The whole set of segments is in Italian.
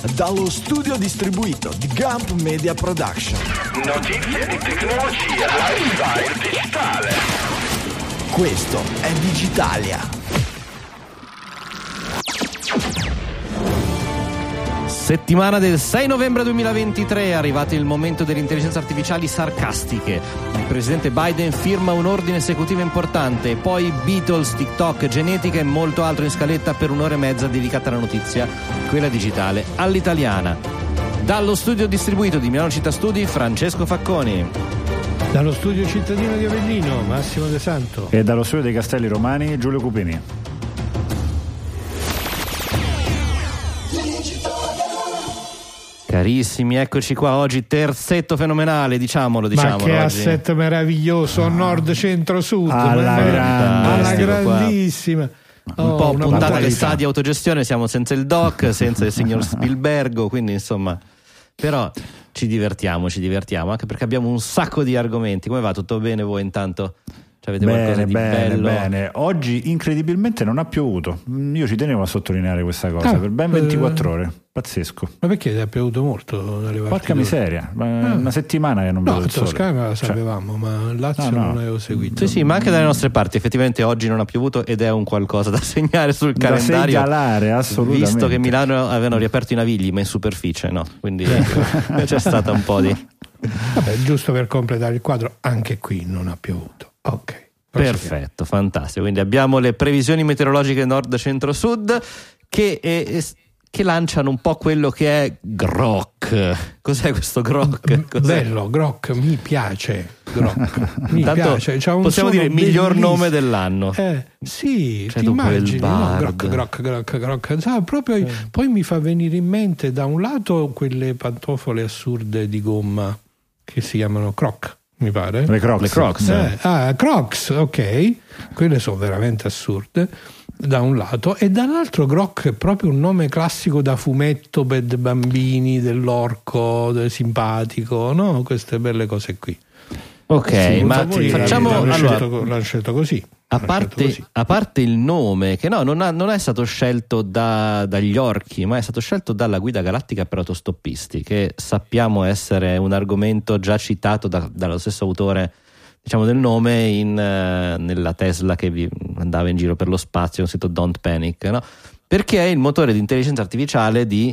dallo studio distribuito di Gump Media Production. Notizie di tecnologia, lifestyle digitale. Questo è Digitalia. Settimana del 6 novembre 2023, è arrivato il momento delle intelligenze artificiali sarcastiche. Il presidente Biden firma un ordine esecutivo importante, poi Beatles, TikTok, genetica e molto altro in scaletta per un'ora e mezza dedicata alla notizia, quella digitale, all'italiana. Dallo studio distribuito di Milano Città Studi, Francesco Facconi. Dallo studio cittadino di Avellino, Massimo De Santo. E dallo studio dei Castelli Romani, Giulio Cupini. Carissimi, eccoci qua oggi, terzetto fenomenale, diciamolo. Ma che oggi. assetto meraviglioso, nord, centro, sud, alla grandissima. Un po' una puntata brutalità. che sa di autogestione, siamo senza il doc, senza il signor Spielbergo, quindi insomma, però ci divertiamo, anche perché abbiamo un sacco di argomenti. Come va? Tutto bene voi intanto? Avete qualcosa di bello? Bene. Oggi incredibilmente non ha piovuto. Io ci tenevo a sottolineare questa cosa per ben 24 ore. Pazzesco. Ma perché ha piovuto molto dalle parti? Porca miseria, una settimana che non vedo No, il sole. Toscana la sapevamo, ma Lazio non l'avevo seguito. Sì, ma anche dalle nostre parti effettivamente oggi non ha piovuto ed è un qualcosa da segnare sul calendario. Da segnalare, assolutamente. Visto che Milano avevano riaperto i Navigli, ma in superficie, no? Quindi c'è stata un po' di... Vabbè, giusto per completare il quadro, anche qui non ha piovuto. Ok. Perfetto, fantastico. Quindi abbiamo le previsioni meteorologiche nord, centro, sud che lanciano un po' quello che è Grok. Cos'è questo Grok? Bello, Grok, mi piace. Grok, mi Tanto piace. C'ha un possiamo suono dire miglior bellissimo. nome dell'anno. Sì, Cioè, ti dopo immagini, il no? Bard. Grok. Sa, proprio, poi mi fa venire in mente da un lato quelle pantofole assurde di gomma che si chiamano Croc. Mi pare? Le Crocs. Crocs, ok. Quelle sono veramente assurde da un lato, e dall'altro Grok è proprio un nome classico da fumetto per dei bambini, dell'orco, del simpatico, no? Queste belle cose qui. Ok, Sì, ma facciamo l'hanno scelto così. A parte il nome, che non è stato scelto dagli orchi, ma è stato scelto dalla Guida Galattica per autostoppisti, che sappiamo essere un argomento già citato dallo stesso autore, diciamo, del nome nella Tesla che andava in giro per lo spazio, con scritto Don't Panic, no? Perché è il motore di intelligenza artificiale di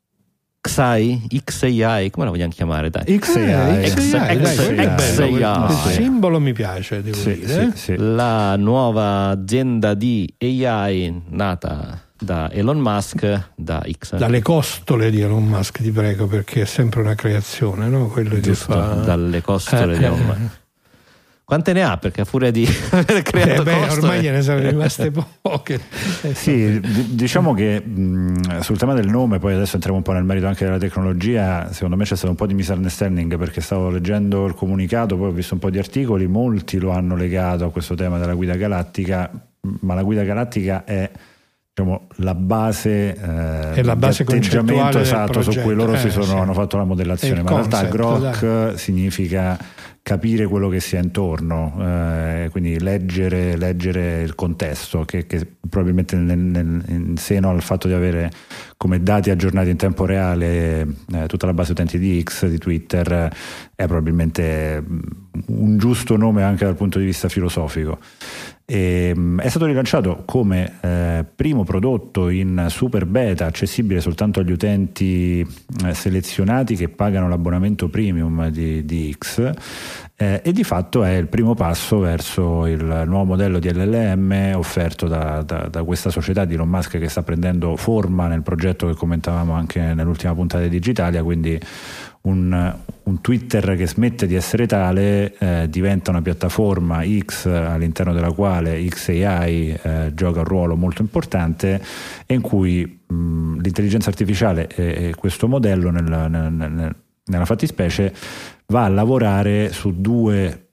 XAI, come la vogliamo chiamare? Dai. XAI. Il simbolo mi piace, devo dire. Sì. La nuova azienda di AI nata da Elon Musk, da X. Dalle costole di Elon Musk, ti prego, perché è sempre una creazione, no? Quello Giusto, che fa... dalle costole di Elon Musk. Quante ne ha? Perché a furia di aver creato costole... ormai gliene sono rimaste poche. Sì, diciamo che sul tema del nome, poi adesso entriamo un po' nel merito anche della tecnologia. Secondo me c'è stato un po' di misunderstanding, perché stavo leggendo il comunicato, poi ho visto un po' di articoli, molti lo hanno legato a questo tema della guida galattica, ma la guida galattica è, diciamo, la base, è la base atteggiamento esatto su cui loro hanno fatto la modellazione, ma in realtà Grok significa capire quello che sia intorno, quindi leggere il contesto, che probabilmente in seno al fatto di avere come dati aggiornati in tempo reale tutta la base utenti di X, di Twitter, è probabilmente un giusto nome anche dal punto di vista filosofico. È stato rilanciato come primo prodotto in super beta, accessibile soltanto agli utenti selezionati che pagano l'abbonamento premium di X, e di fatto è il primo passo verso il nuovo modello di LLM offerto da questa società di Elon Musk, che sta prendendo forma nel progetto che commentavamo anche nell'ultima puntata di Digitalia. Quindi un Twitter che smette di essere tale, diventa una piattaforma X all'interno della quale XAI gioca un ruolo molto importante, e in cui l'intelligenza artificiale e questo modello nella fattispecie va a lavorare su due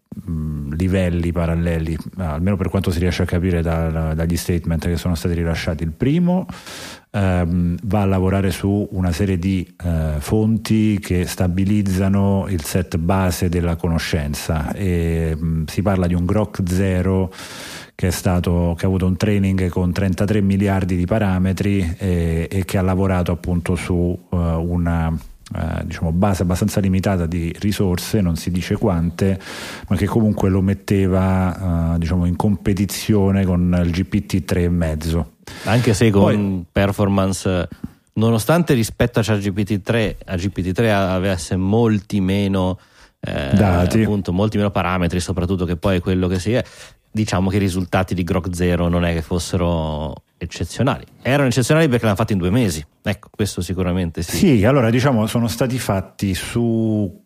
livelli paralleli, almeno per quanto si riesce a capire dagli statement che sono stati rilasciati. Il primo va a lavorare su una serie di fonti che stabilizzano il set base della conoscenza, e si parla di un Grok 0 che ha avuto un training con 33 miliardi di parametri e che ha lavorato appunto su una base abbastanza limitata di risorse, non si dice quante, ma che comunque lo metteva in competizione con il GPT 3,5, anche se con performance, nonostante rispetto a GPT-3 avesse molti meno dati, appunto molti meno parametri, soprattutto, che poi è quello che si è. Diciamo che i risultati di Grok 0 non è che fossero eccezionali, erano eccezionali perché l'hanno fatto in 2 mesi, ecco, questo sicuramente sì. Sì, allora sono stati pubblicati su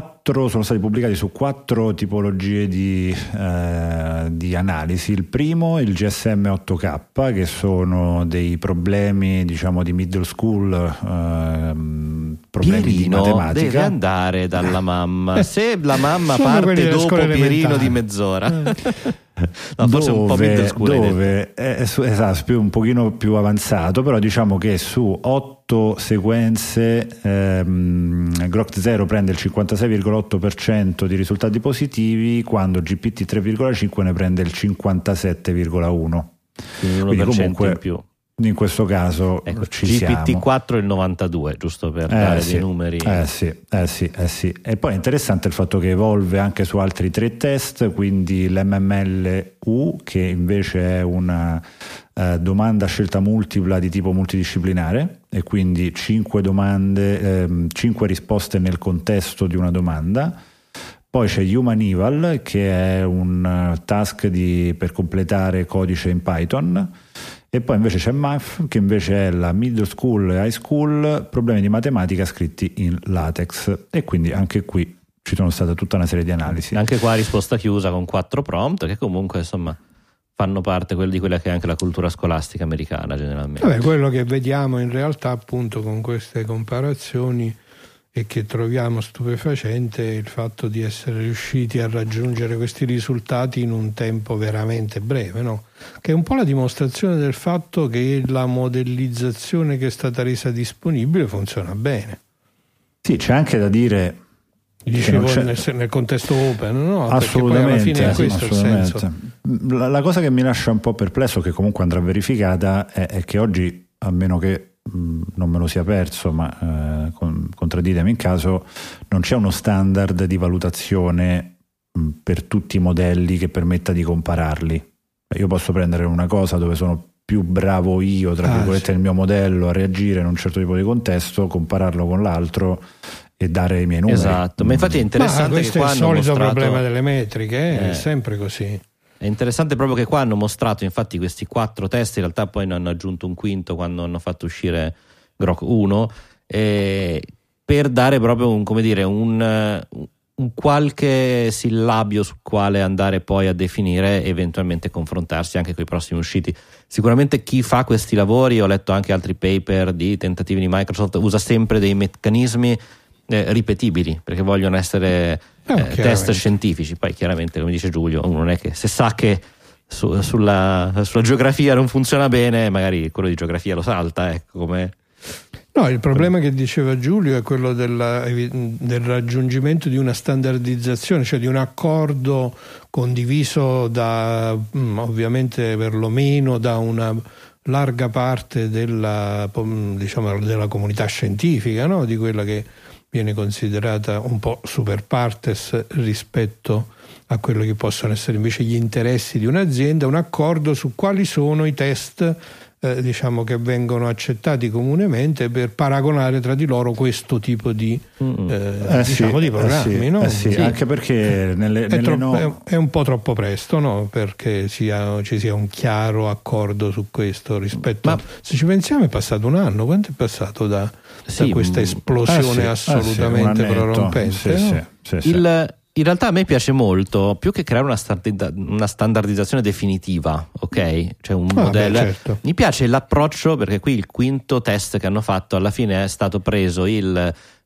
4 tipologie di analisi. Il primo, il GSM 8K, che sono dei problemi di middle school, problemi Pierino di matematica. Deve andare dalla mamma, se la mamma parte dopo Pierino di mezz'ora. No, forse un po' middle school, dove esatto, un pochino più avanzato, però diciamo che su 8 sequenze Grok 0 prende il 56,8% di risultati positivi, quando GPT 3,5 ne prende il 57,1%. Quindi comunque in più. In questo caso ci GPT-4 il 92, giusto per dare dei numeri. Sì. E poi è interessante il fatto che evolve anche su altri 3 test, quindi l'MMLU, che invece è una domanda a scelta multipla di tipo multidisciplinare, e quindi 5 risposte nel contesto di una domanda. Poi c'è HumanEval, che è un task per completare codice in Python. E poi invece c'è Math, che invece è la middle school e high school, problemi di matematica scritti in LaTeX, e quindi anche qui ci sono state tutta una serie di analisi. Anche qua risposta chiusa con 4 prompt, che comunque insomma fanno parte di quella che è anche la cultura scolastica americana generalmente. Quello che vediamo in realtà appunto con queste comparazioni e che troviamo stupefacente il fatto di essere riusciti a raggiungere questi risultati in un tempo veramente breve, no? Che è un po' la dimostrazione del fatto che la modellizzazione che è stata resa disponibile funziona bene. Sì, c'è anche da dire, dicevo, nel contesto open, no? Assolutamente, perché poi alla fine è questo il senso. La cosa che mi lascia un po' perplesso, che comunque andrà verificata, è che oggi, a meno che non me lo sia perso, ma contradditemi in caso, non c'è uno standard di valutazione per tutti i modelli che permetta di compararli. Io posso prendere una cosa dove sono più bravo io, tra virgolette, nel mio modello a reagire in un certo tipo di contesto, compararlo con l'altro e dare i miei numeri. Esatto, ma infatti è interessante questo che qua è il solito problema delle metriche, è sempre così. È interessante proprio che qua hanno mostrato infatti questi 4 test, in realtà poi ne hanno aggiunto un quinto quando hanno fatto uscire Grok 1, per dare proprio un qualche sillabio sul quale andare poi a definire, eventualmente confrontarsi anche con i prossimi usciti. Sicuramente chi fa questi lavori, ho letto anche altri paper di tentativi di Microsoft, usa sempre dei meccanismi ripetibili, perché vogliono essere test scientifici. Poi chiaramente, come dice Giulio, uno non è che se sa che sulla geografia non funziona bene, magari quello di geografia lo salta, ecco come. No, il problema che diceva Giulio è quello del raggiungimento di una standardizzazione, cioè di un accordo condiviso da ovviamente perlomeno da una larga parte della comunità scientifica, no? Di quella che viene considerata un po' super partes rispetto a quello che possono essere invece gli interessi di un'azienda, un accordo su quali sono i test che vengono accettati comunemente per paragonare tra di loro questo tipo di di programmi, no? Sì. Anche perché è un po' troppo presto, no? Perché ci sia un chiaro accordo su questo rispetto. Se ci pensiamo è passato un anno, quanto è passato da questa esplosione assolutamente prorompente? In realtà a me piace molto, più che creare una standardizzazione definitiva, ok? Cioè un modello. Certo. Mi piace l'approccio, perché qui il quinto test che hanno fatto alla fine è stato preso il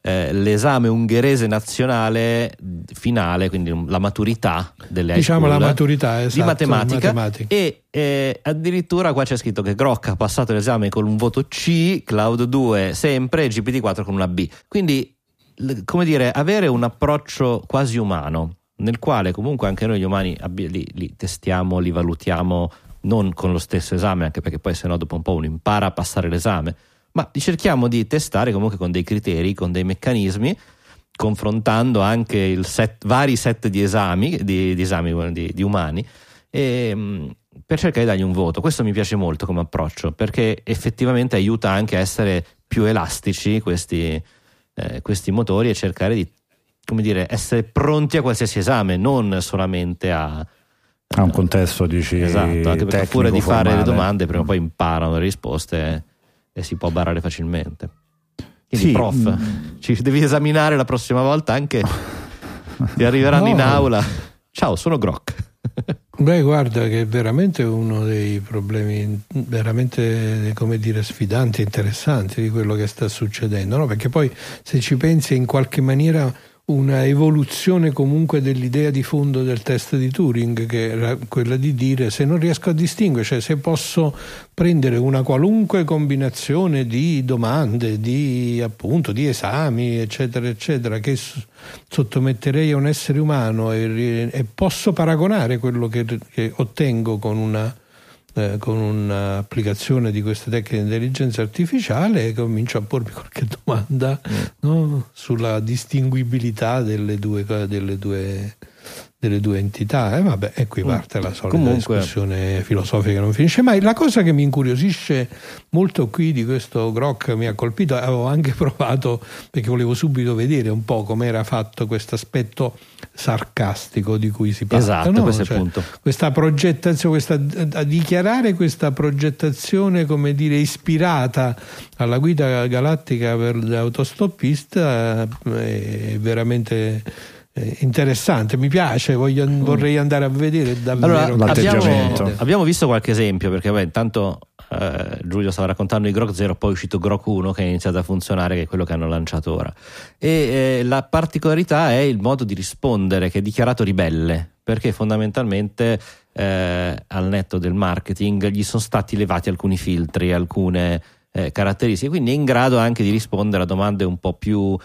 l'esame ungherese nazionale finale, quindi la maturità delle high school, la maturità, esatto, di matematica. E addirittura qua c'è scritto che Grock ha passato l'esame con un voto C, Cloud 2 sempre e GPT-4 con una B. Quindi, come dire, avere un approccio quasi umano, nel quale comunque anche noi gli umani li testiamo, li valutiamo non con lo stesso esame, anche perché poi sennò dopo un po' uno impara a passare l'esame, ma cerchiamo di testare comunque con dei criteri, con dei meccanismi, confrontando anche vari set di esami di umani, e per cercare di dargli un voto. Questo mi piace molto come approccio, perché effettivamente aiuta anche a essere più elastici questi motori, e cercare di, come dire, essere pronti a qualsiasi esame, non solamente a un contesto, dici, esatto, anche perché pure di formale. Fare le domande prima o poi imparano le risposte e si può barare facilmente. Quindi, prof, ci devi esaminare la prossima volta, anche ti arriveranno in aula. Ciao, sono Grock. Beh, guarda che è veramente uno dei problemi veramente, come dire, sfidanti e interessanti di quello che sta succedendo, no? Perché poi, se ci pensi, in qualche maniera una evoluzione comunque dell'idea di fondo del test di Turing, che era quella di dire: se non riesco a distinguere, cioè se posso prendere una qualunque combinazione di domande, di esami, eccetera eccetera, che sottometterei a un essere umano, e posso paragonare quello che ottengo con un'applicazione di queste tecniche di intelligenza artificiale, comincio a pormi qualche domanda, no? Sulla distinguibilità delle due entità, e qui parte la solita discussione filosofica che non finisce mai. La cosa che mi incuriosisce molto qui di questo Grock, mi ha colpito, avevo anche provato, perché volevo subito vedere un po' come era fatto questo aspetto sarcastico di cui si parla. Esatto, no? questo è il punto. Questa progettazione, a dichiarare questa progettazione, come dire, ispirata alla guida galattica per l'autostoppista, è veramente interessante, mi piace, vorrei andare a vedere davvero. Allora, abbiamo visto qualche esempio, perché intanto Giulio stava raccontando di Grock 0, poi è uscito Grock 1 che è iniziato a funzionare, che è quello che hanno lanciato ora, e la particolarità è il modo di rispondere, che è dichiarato ribelle, perché fondamentalmente al netto del marketing gli sono stati levati alcuni filtri, alcune caratteristiche, quindi è in grado anche di rispondere a domande un po' più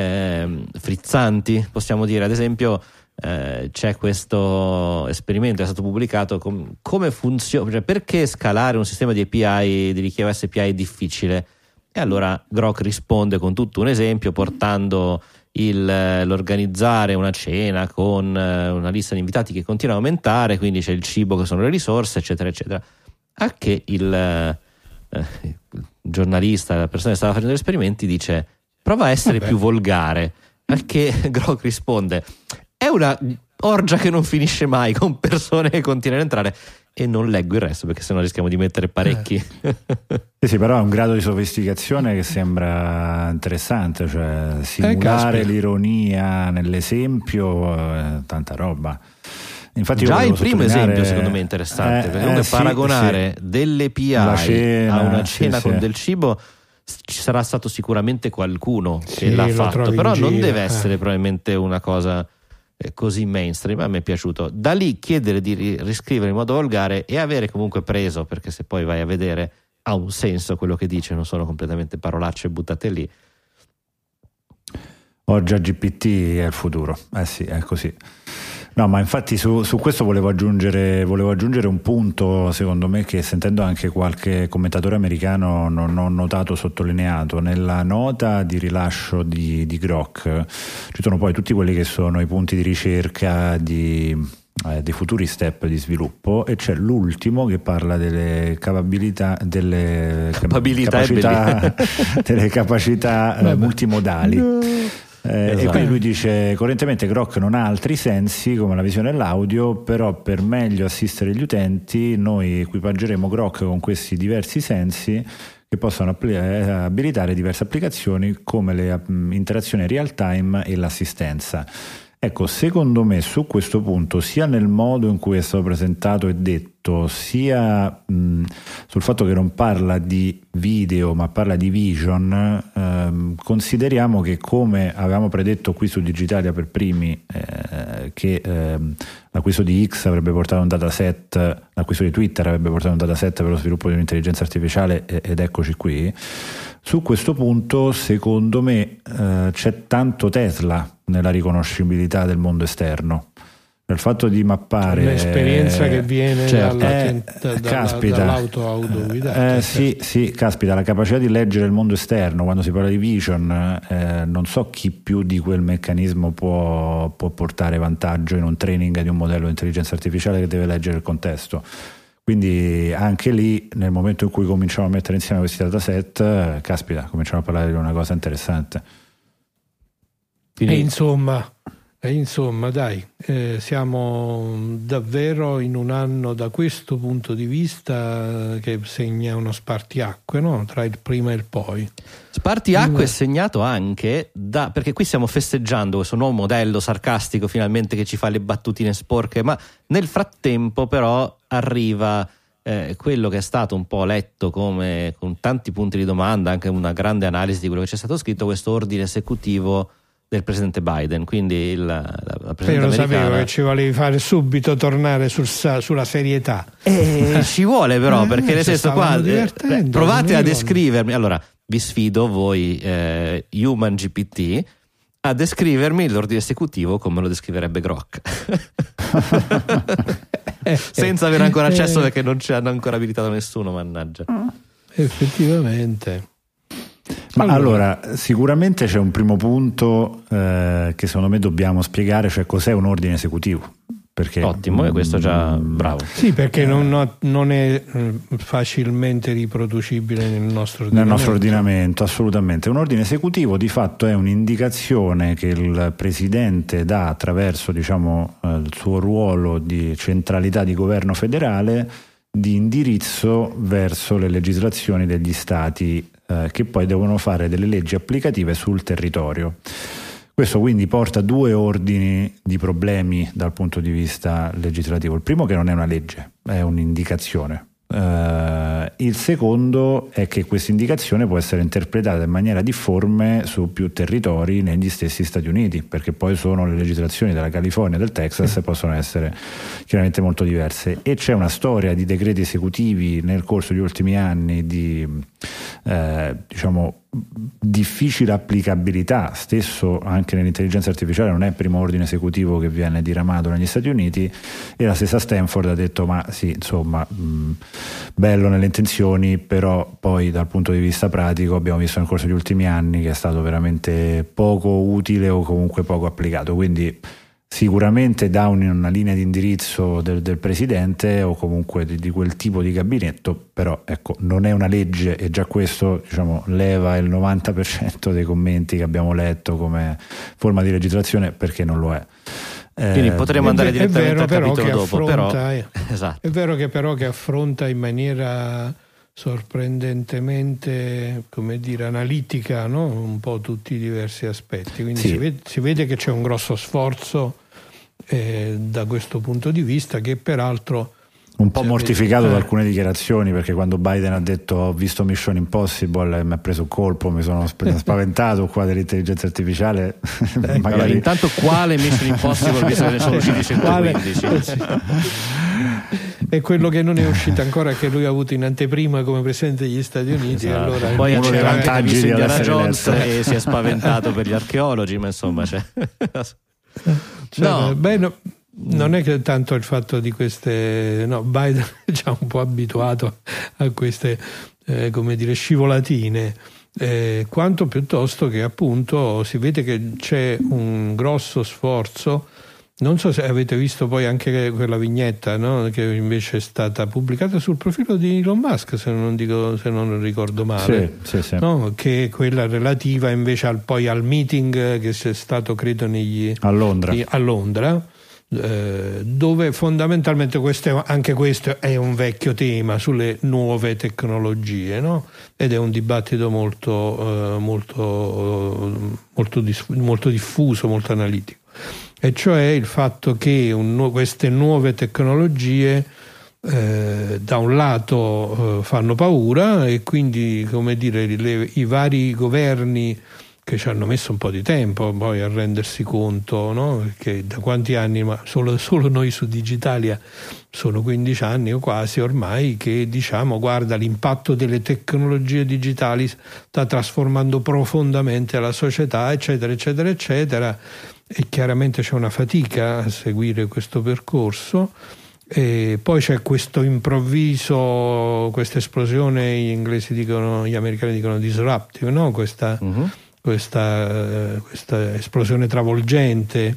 frizzanti, possiamo dire. Ad esempio, c'è questo esperimento, è stato pubblicato, come funziona, cioè perché scalare un sistema di API, di richiesta API è difficile, e allora Grock risponde con tutto un esempio, portando l'organizzare una cena con una lista di invitati che continua a aumentare, quindi c'è il cibo che sono le risorse, eccetera eccetera, a che il giornalista, la persona che stava facendo gli esperimenti, dice: prova a essere più volgare, al che Grock risponde: è una orgia che non finisce mai, con persone che continuano ad entrare, e non leggo il resto perché sennò rischiamo di mettere parecchi. Sì, però è un grado di sofisticazione che sembra interessante, cioè simulare l'ironia nell'esempio, tanta roba. Infatti già il primo esempio secondo me è interessante, perché comunque paragonare delle API a una cena con del cibo, ci sarà stato sicuramente qualcuno che l'ha fatto, però non deve essere probabilmente una cosa così mainstream. A me è piaciuto. Da lì chiedere di riscrivere in modo volgare e avere comunque preso, perché se poi vai a vedere ha un senso quello che dice, non sono completamente parolacce buttate lì. Oggi GPT è il futuro, sì, è così. No, ma infatti su questo volevo aggiungere un punto, secondo me, che sentendo anche qualche commentatore americano non ho notato sottolineato. Nella nota di rilascio di Grock ci sono poi tutti quelli che sono i punti di ricerca dei futuri step di sviluppo, e c'è l'ultimo che parla delle capacità multimodali. Esatto. E quindi lui dice: correntemente Grock non ha altri sensi come la visione e l'audio, però per meglio assistere gli utenti noi equipaggeremo Grock con questi diversi sensi che possono abilitare diverse applicazioni come le interazioni real time e l'assistenza. Ecco, secondo me su questo punto, sia nel modo in cui è stato presentato e detto, sia sul fatto che non parla di video ma parla di vision, consideriamo che, come avevamo predetto qui su Digitalia per primi, che l'acquisto di X avrebbe portato un dataset, l'acquisto di Twitter avrebbe portato un dataset per lo sviluppo di un'intelligenza artificiale, ed eccoci qui. Su questo punto, secondo me, c'è tanto Tesla nella riconoscibilità del mondo esterno, nel fatto di mappare l'esperienza che viene dall'auto autoguidata. Sì, caspita, la capacità di leggere il mondo esterno. Quando si parla di vision, non so chi più di quel meccanismo può portare vantaggio in un training di un modello di intelligenza artificiale che deve leggere il contesto. Quindi anche lì, nel momento in cui cominciamo a mettere insieme questi dataset, caspita, cominciamo a parlare di una cosa interessante. E insomma, dai, siamo davvero in un anno, da questo punto di vista, che segna uno spartiacque, no? Tra il prima e il poi. Spartiacque è segnato anche perché qui stiamo festeggiando questo nuovo modello sarcastico finalmente che ci fa le battutine sporche, ma nel frattempo però arriva quello che è stato un po' letto come, con tanti punti di domanda, anche una grande analisi di quello che c'è stato scritto, questo ordine esecutivo del presidente Biden. Quindi la presidente Io lo americana... sapevo che ci volevi fare subito tornare sulla serietà. Ci vuole però, perché nel senso qua provate a descrivermi. Allora vi sfido voi Human GPT a descrivermi l'ordine esecutivo come lo descriverebbe Grok. Senza avere ancora accesso, perché non ci hanno ancora abilitato nessuno, mannaggia. Effettivamente. Ma allora, sicuramente c'è un primo punto che secondo me dobbiamo spiegare, cioè cos'è un ordine esecutivo. Perché, ottimo, e questo già bravo. Sì, perché non è facilmente riproducibile nel nostro ordinamento. Assolutamente. Un ordine esecutivo di fatto è un'indicazione che il presidente dà attraverso, diciamo, il suo ruolo di centralità di governo federale, di indirizzo verso le legislazioni degli stati, che poi devono fare delle leggi applicative sul territorio. Questo quindi porta due ordini di problemi dal punto di vista legislativo. Il primo, che non è una legge, è un'indicazione. Il secondo è che questa indicazione può essere interpretata in maniera difforme su più territori negli stessi Stati Uniti, perché poi sono le legislazioni della California e del Texas e possono essere chiaramente molto diverse. E c'è una storia di decreti esecutivi nel corso degli ultimi anni di diciamo difficile applicabilità, stesso anche nell'intelligenza artificiale. Non è il primo ordine esecutivo che viene diramato negli Stati Uniti, e la stessa Stanford ha detto ma sì, insomma, bello nelle intenzioni, però poi dal punto di vista pratico abbiamo visto nel corso degli ultimi anni che è stato veramente poco utile o comunque poco applicato. Quindi sicuramente dà una linea di indirizzo del presidente o comunque di quel tipo di gabinetto, però ecco, non è una legge, e già questo, diciamo, leva il 90% dei commenti che abbiamo letto come forma di legislazione, perché non lo è. Quindi potremmo andare direttamente al capitolo dopo, esatto. È vero che però che affronta in maniera sorprendentemente, come dire, analitica, no? Un po' tutti i diversi aspetti, quindi sì. si vede che c'è un grosso sforzo da questo punto di vista, che peraltro un po' mortificato da alcune dichiarazioni, perché quando Biden ha detto ho visto Mission Impossible mi ha preso un colpo, mi sono spaventato qua dell'intelligenza artificiale. Magari... Allora, intanto quale Mission Impossible, visto che ne sono usciti 115? È quello che non è uscito ancora, che lui ha avuto in anteprima come presidente degli Stati Uniti. Esatto. Allora, poi c'era anche visto Indiana Jones e si è spaventato per gli archeologi, ma insomma c'è. Non è che tanto il fatto di queste, Biden è già un po' abituato a queste come dire scivolatine, quanto piuttosto che appunto si vede che c'è un grosso sforzo. Non so se avete visto poi anche quella vignetta, no? Che invece è stata pubblicata sul profilo di Elon Musk, se non ricordo male, sì. No? Che è quella relativa invece al meeting che c'è stato, credo, a Londra, dove fondamentalmente anche questo è un vecchio tema sulle nuove tecnologie, no? Ed è un dibattito molto diffuso, molto analitico. e cioè il fatto che queste nuove tecnologie da un lato fanno paura, e quindi, come dire, i vari governi che ci hanno messo un po' di tempo poi a rendersi conto, no? Perché da quanti anni, ma solo noi su Digitalia sono 15 anni o quasi ormai, che diciamo guarda, l'impatto delle tecnologie digitali sta trasformando profondamente la società, eccetera eccetera eccetera, e chiaramente c'è una fatica a seguire questo percorso. E poi c'è questo improvviso, questa esplosione, gli inglesi dicono, gli americani dicono disruptive, no? Questa esplosione travolgente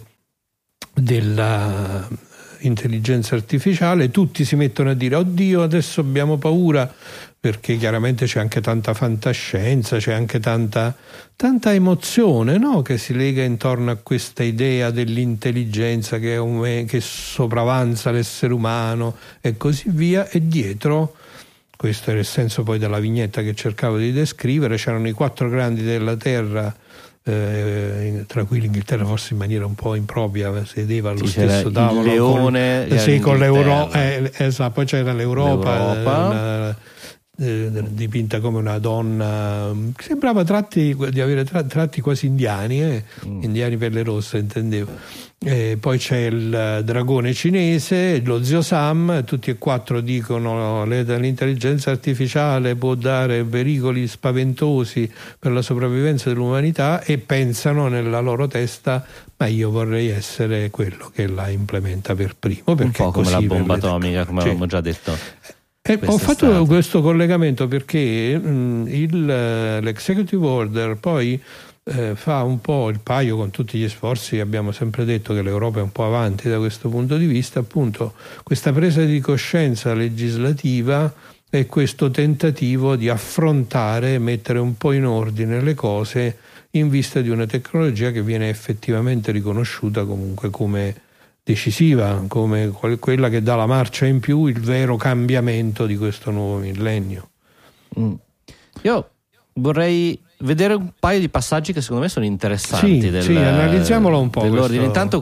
della intelligenza artificiale. Tutti si mettono a dire oddio, adesso abbiamo paura, perché chiaramente c'è anche tanta fantascienza, c'è anche tanta emozione, no? Che si lega intorno a questa idea dell'intelligenza che sopravanza l'essere umano e così via, e dietro, questo era il senso poi della vignetta che cercavo di descrivere, c'erano i 4 grandi della Terra, tra cui l'Inghilterra forse in maniera un po' impropria sedeva allo stesso tavolo, il leone con l'Europa, esatto, poi c'era l'Europa. Dipinta come una donna, sembrava di avere tratti quasi indiani, indiani pelle rossa intendevo. Poi c'è il dragone cinese, lo zio Sam, tutti e 4 dicono l'intelligenza artificiale può dare pericoli spaventosi per la sopravvivenza dell'umanità, e pensano nella loro testa ma io vorrei essere quello che la implementa per primo, perché un po' come la bomba atomica, come avevamo già detto. Ho fatto questo collegamento perché l'executive order poi fa un po' il paio con tutti gli sforzi. Abbiamo sempre detto che l'Europa è un po' avanti da questo punto di vista, appunto questa presa di coscienza legislativa e questo tentativo di affrontare, mettere un po' in ordine le cose in vista di una tecnologia che viene effettivamente riconosciuta comunque come decisiva, come quella che dà la marcia in più, il vero cambiamento di questo nuovo millennio. Io vorrei vedere un paio di passaggi che secondo me sono interessanti. Sì, analizziamolo un po'. Dell'ordine. Intanto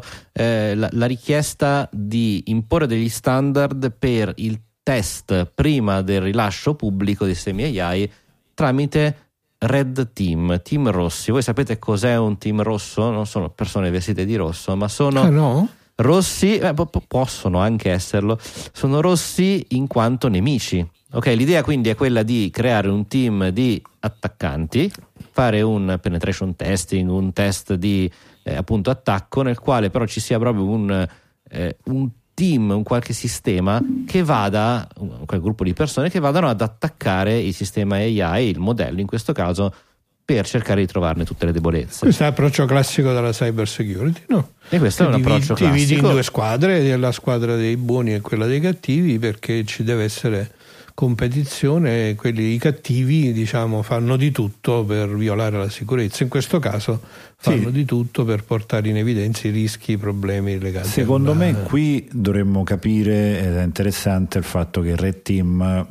la richiesta di imporre degli standard per il test prima del rilascio pubblico dei sistemi AI tramite Red Team rossi. Voi sapete cos'è un team rosso? Non sono persone vestite di rosso, ma sono rossi, possono anche esserlo, sono rossi in quanto nemici. Ok, l'idea quindi è quella di creare un team di attaccanti, fare un penetration testing, un test di appunto attacco, nel quale però ci sia proprio un team, un qualche sistema che vada, quel gruppo di persone che vadano ad attaccare il sistema AI, il modello in questo caso, per cercare di trovarne tutte le debolezze. Questo è l'approccio classico della cyber security, no? E questo è un approccio classico. Dividi in 2 squadre, la squadra dei buoni e quella dei cattivi, perché ci deve essere competizione. I cattivi, diciamo, fanno di tutto per violare la sicurezza, in questo caso fanno di tutto per portare in evidenza i rischi, i problemi legati. Secondo me qui dovremmo capire, ed è interessante il fatto che il Red Team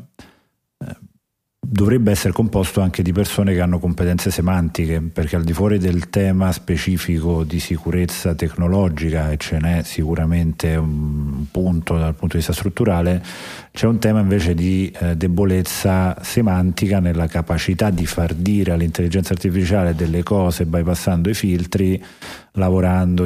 dovrebbe essere composto anche di persone che hanno competenze semantiche, perché al di fuori del tema specifico di sicurezza tecnologica, e ce n'è sicuramente un punto dal punto di vista strutturale, c'è un tema invece di debolezza semantica nella capacità di far dire all'intelligenza artificiale delle cose bypassando i filtri, lavorando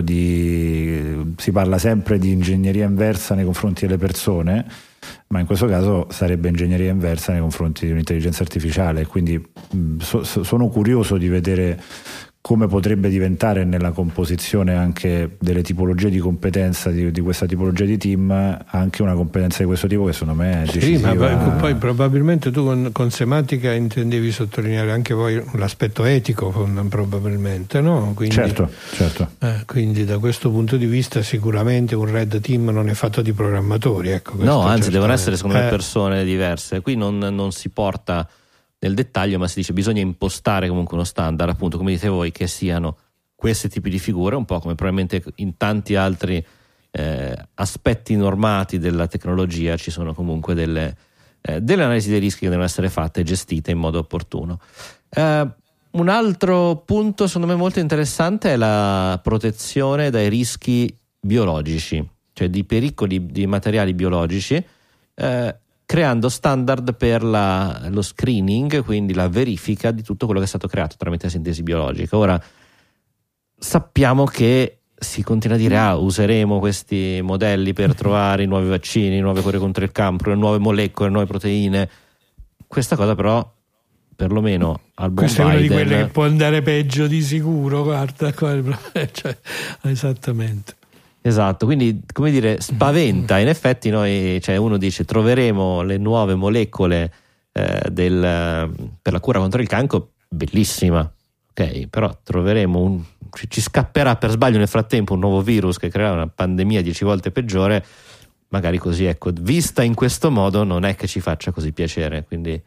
si parla sempre di ingegneria inversa nei confronti delle persone, ma in questo caso sarebbe ingegneria inversa nei confronti di un'intelligenza artificiale. Quindi sono curioso di vedere come potrebbe diventare nella composizione anche delle tipologie di competenza di questa tipologia di team anche una competenza di questo tipo, che secondo me è decisiva. Sì, ma poi probabilmente tu con semantica intendevi sottolineare anche poi l'aspetto etico, probabilmente, no? Quindi, certo. Quindi da questo punto di vista sicuramente un Red Team non è fatto di programmatori, ecco. No, anzi devono essere secondo me persone diverse. Qui non si porta nel dettaglio, ma si dice bisogna impostare comunque uno standard, appunto come dite voi, che siano questi tipi di figure, un po' come probabilmente in tanti altri aspetti normati della tecnologia ci sono comunque delle analisi dei rischi che devono essere fatte e gestite in modo opportuno. Un altro punto secondo me molto interessante è la protezione dai rischi biologici, cioè di pericoli di materiali biologici, creando standard per lo screening, quindi la verifica di tutto quello che è stato creato tramite sintesi biologica. Ora sappiamo che si continua a dire useremo questi modelli per trovare i nuovi vaccini, nuove cure contro il cancro, le nuove molecole, nuove proteine. Questa cosa però, perlomeno al buon questa Biden, è una di quelle che può andare peggio di sicuro, guarda, cioè, esattamente. Esatto, quindi come dire, spaventa. In effetti noi, cioè uno dice troveremo le nuove molecole per la cura contro il cancro, bellissima, ok, però troveremo ci scapperà per sbaglio nel frattempo un nuovo virus che creerà una pandemia 10 volte peggiore, magari così, ecco, vista in questo modo non è che ci faccia così piacere, quindi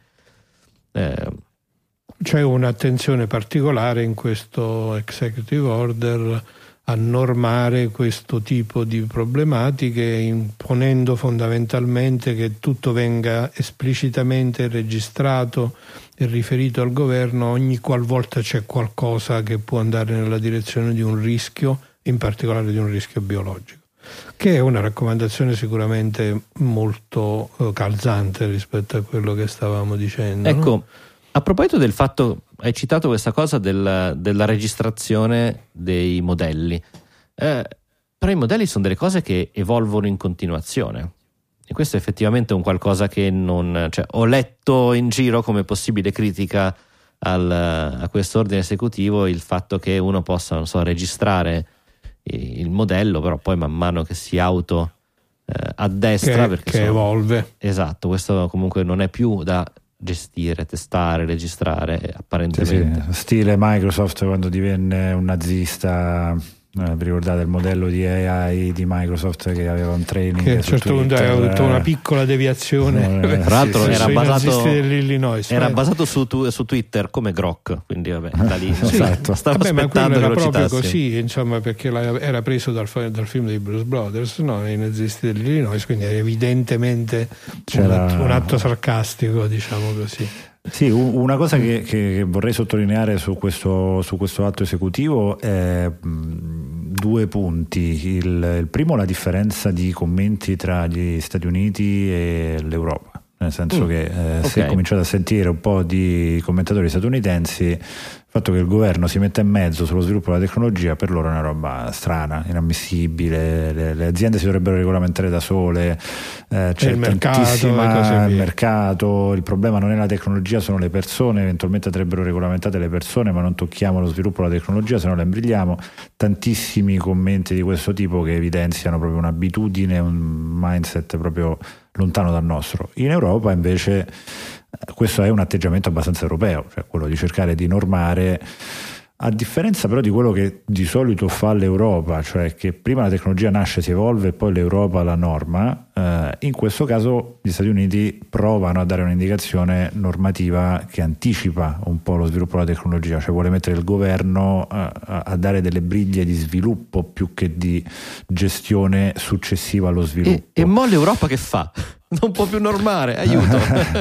c'è un'attenzione particolare in questo executive order a normare questo tipo di problematiche, imponendo fondamentalmente che tutto venga esplicitamente registrato e riferito al governo ogni qualvolta c'è qualcosa che può andare nella direzione di un rischio, in particolare di un rischio biologico, che è una raccomandazione sicuramente molto calzante rispetto a quello che stavamo dicendo. Ecco, no? A proposito del fatto, hai citato questa cosa della registrazione dei modelli, però i modelli sono delle cose che evolvono in continuazione e questo è effettivamente un qualcosa che ho letto in giro come possibile critica a questo ordine esecutivo, il fatto che uno possa, non so, registrare il modello, però poi man mano che si addestra che evolve. Esatto, questo comunque non è più da gestire, testare, registrare apparentemente. Sì. Stile Microsoft quando divenne un nazista, vi ricordate il modello di AI di Microsoft che aveva un training che a un certo punto aveva avuto una piccola deviazione, tra l'altro era basato su Twitter come Grok, quindi vabbè, da lì esatto. Stavo aspettando che lo proprio citassi. così, insomma, perché era preso dal film dei Blues Brothers, no? I nazisti dell'Illinois, quindi era evidentemente un atto sarcastico, diciamo così. Sì, una cosa che vorrei sottolineare su questo atto esecutivo è due punti. Il primo, la differenza di commenti tra gli Stati Uniti e l'Europa, nel senso che si è cominciato a sentire un po' di commentatori statunitensi il fatto che il governo si metta in mezzo sullo sviluppo della tecnologia per loro è una roba strana, inammissibile, le aziende si dovrebbero regolamentare da sole, c'è tantissima mercato, il problema non è la tecnologia, sono le persone, eventualmente andrebbero regolamentate le persone, ma non tocchiamo lo sviluppo della tecnologia, se no la imbrigliamo. Tantissimi commenti di questo tipo che evidenziano proprio un'abitudine, un mindset proprio lontano dal nostro. In Europa invece questo è un atteggiamento abbastanza europeo, cioè quello di cercare di normare, a differenza però di quello che di solito fa l'Europa, cioè che prima la tecnologia nasce, si evolve e poi l'Europa la norma. In questo caso gli Stati Uniti provano a dare un'indicazione normativa che anticipa un po' lo sviluppo della tecnologia, cioè vuole mettere il governo a dare delle briglie di sviluppo più che di gestione successiva allo sviluppo. E mo l'Europa che fa? Non può più normare, aiuto.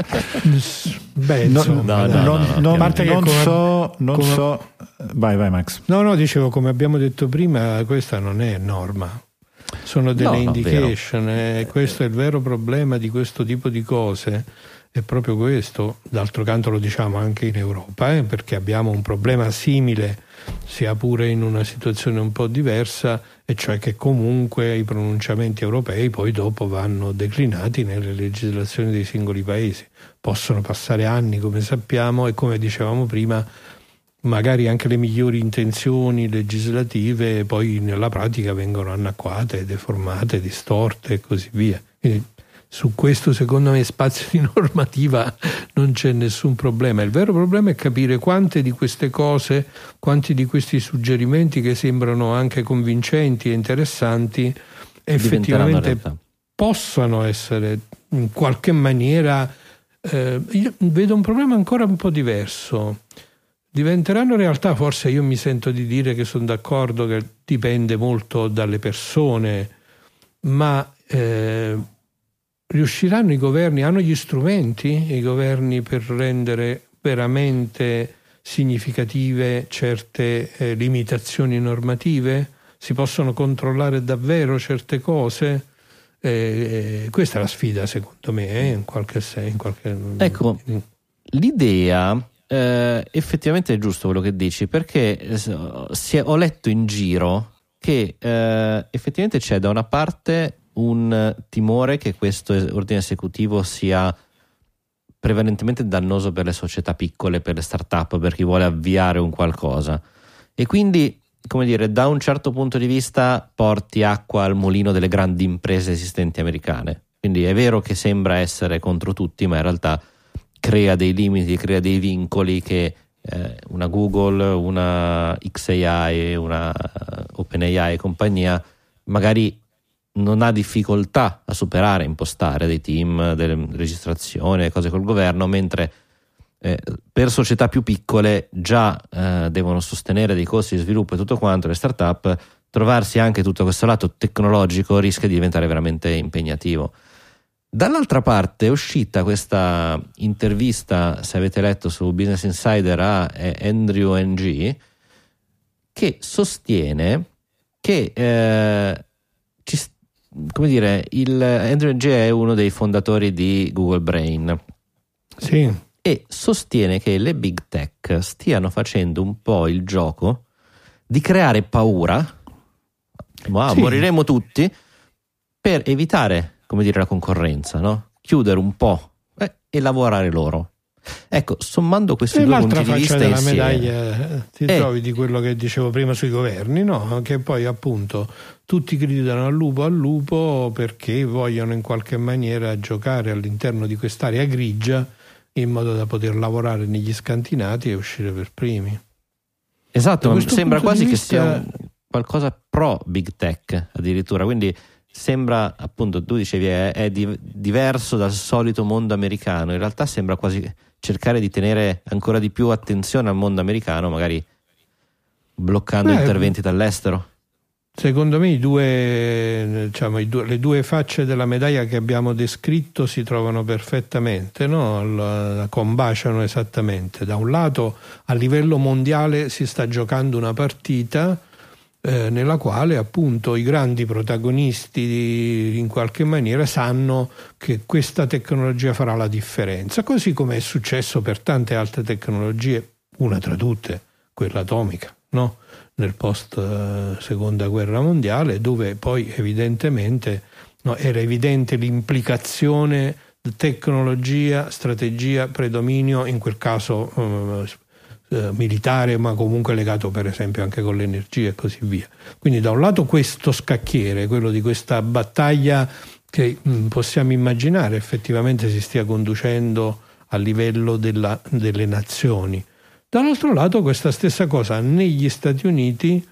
Non so. Vai Max. No, dicevo, come abbiamo detto prima, questa non è norma, sono delle indication, questo è il vero problema di questo tipo di cose, è proprio questo. D'altro canto lo diciamo anche in Europa, perché abbiamo un problema simile, sia pure in una situazione un po' diversa, e cioè che comunque i pronunciamenti europei poi dopo vanno declinati nelle legislazioni dei singoli paesi. Possono passare anni, come sappiamo, e come dicevamo prima, magari anche le migliori intenzioni legislative poi nella pratica vengono annacquate, deformate, distorte e così via. Quindi su questo, secondo me, spazio di normativa non c'è nessun problema. Il vero problema è capire quante di queste cose, quanti di questi suggerimenti che sembrano anche convincenti e interessanti effettivamente possano essere in qualche maniera. Io vedo un problema ancora un po' diverso. Diventeranno realtà, forse io mi sento di dire che sono d'accordo che dipende molto dalle persone, ma riusciranno i governi, hanno gli strumenti i governi per rendere veramente significative certe limitazioni normative? Si possono controllare davvero certe cose? Questa è la sfida, secondo me, in qualche senso. Ecco, l'idea effettivamente è giusto quello che dici, perché ho letto in giro che effettivamente c'è da una parte un timore che questo ordine esecutivo sia prevalentemente dannoso per le società piccole, per le start-up, per chi vuole avviare un qualcosa, e quindi, come dire, da un certo punto di vista porti acqua al mulino delle grandi imprese esistenti americane. Quindi è vero che sembra essere contro tutti, ma in realtà crea dei limiti, crea dei vincoli che una Google, una XAI, una OpenAI e compagnia magari non ha difficoltà a superare, impostare dei team, delle registrazioni, cose col governo, mentre per società più piccole già devono sostenere dei costi di sviluppo e tutto quanto, le start-up, trovarsi anche tutto questo lato tecnologico rischia di diventare veramente impegnativo. Dall'altra parte è uscita questa intervista, se avete letto su Business Insider, a Andrew Ng, che sostiene che Andrew Ng è uno dei fondatori di Google Brain. Sì. E sostiene che le big tech stiano facendo un po' il gioco di creare paura, moriremo tutti, per evitare, come dire, la concorrenza, no? Chiudere un po' e lavorare loro. Ecco, sommando questi due punti di vista della insieme, medaglia ti trovi di quello che dicevo prima sui governi, no? Che poi appunto tutti gridano al lupo perché vogliono in qualche maniera giocare all'interno di quest'area grigia in modo da poter lavorare negli scantinati e uscire per primi. Esatto, ma sembra quasi che sia qualcosa pro big tech addirittura, quindi sembra, appunto, tu dicevi è diverso dal solito mondo americano, in realtà sembra quasi cercare di tenere ancora di più attenzione al mondo americano, magari bloccando interventi dall'estero. Secondo me le due facce della medaglia che abbiamo descritto si trovano perfettamente, no? Combaciano esattamente. Da un lato, a livello mondiale si sta giocando una partita nella quale appunto i grandi protagonisti in qualche maniera sanno che questa tecnologia farà la differenza, così come è successo per tante altre tecnologie, una tra tutte, quella atomica, no? Nel post seconda guerra mondiale, dove poi evidentemente era evidente l'implicazione tecnologia, strategia, predominio, in quel caso militare, ma comunque legato per esempio anche con l'energia e così via. Quindi da un lato questo scacchiere, quello di questa battaglia che possiamo immaginare effettivamente si stia conducendo a livello delle nazioni. Dall'altro lato questa stessa cosa negli Stati Uniti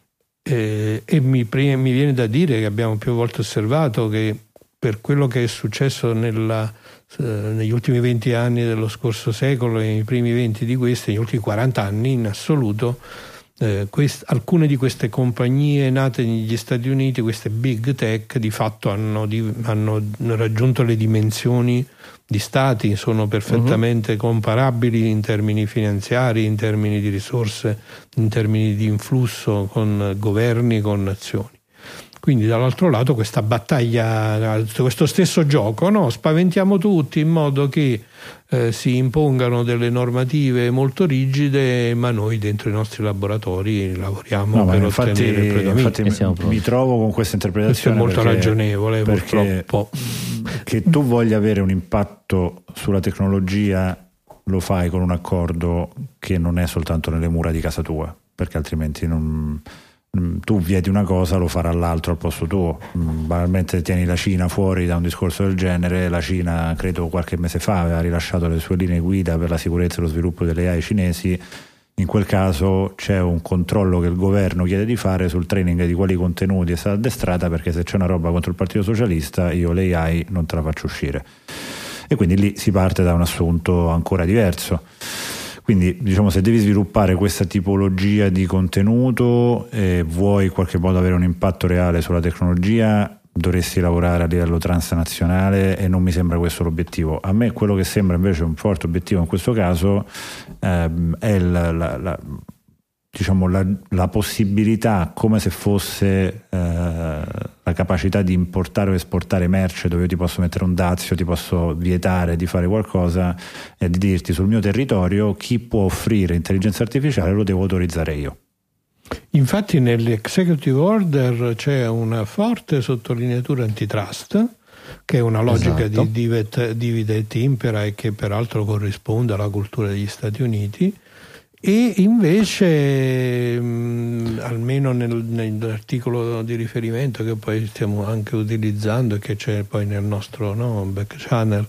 e mi viene da dire che abbiamo più volte osservato che per quello che è successo negli ultimi 20 anni dello scorso secolo e nei primi 20 di questi, negli ultimi 40 anni in assoluto, alcune di queste compagnie nate negli Stati Uniti, queste big tech, di fatto hanno raggiunto le dimensioni di stati, sono perfettamente comparabili in termini finanziari, in termini di risorse, in termini di influsso con governi, con nazioni. Quindi dall'altro lato questa battaglia, questo stesso gioco, no? Spaventiamo tutti in modo che si impongano delle normative molto rigide, ma noi dentro i nostri laboratori lavoriamo per ottenere il predominio. Infatti mi trovo con questa interpretazione. Questo è molto ragionevole, purtroppo. Che tu voglia avere un impatto sulla tecnologia lo fai con un accordo che non è soltanto nelle mura di casa tua, perché altrimenti tu vieti una cosa, lo farà l'altro al posto tuo. Banalmente tieni la Cina fuori da un discorso del genere. La Cina, credo qualche mese fa, aveva rilasciato le sue linee guida per la sicurezza e lo sviluppo delle AI cinesi. In quel caso c'è un controllo che il governo chiede di fare sul training di quali contenuti è stata addestrata, perché se c'è una roba contro il Partito Socialista io l'AI non te la faccio uscire, e quindi lì si parte da un assunto ancora diverso. Quindi diciamo, se devi sviluppare questa tipologia di contenuto e vuoi in qualche modo avere un impatto reale sulla tecnologia, dovresti lavorare a livello transnazionale, e non mi sembra questo l'obiettivo. A me quello che sembra invece un forte obiettivo in questo caso è la possibilità, come se fosse la capacità di importare o esportare merce, dove io ti posso mettere un dazio, ti posso vietare di fare qualcosa e di dirti: sul mio territorio chi può offrire intelligenza artificiale lo devo autorizzare io. Infatti nell'executive order c'è una forte sottolineatura antitrust, che è una logica esatto. di divide et impera, e che peraltro corrisponde alla cultura degli Stati Uniti. E invece almeno nell'articolo di riferimento che poi stiamo anche utilizzando e che c'è poi nel nostro back channel,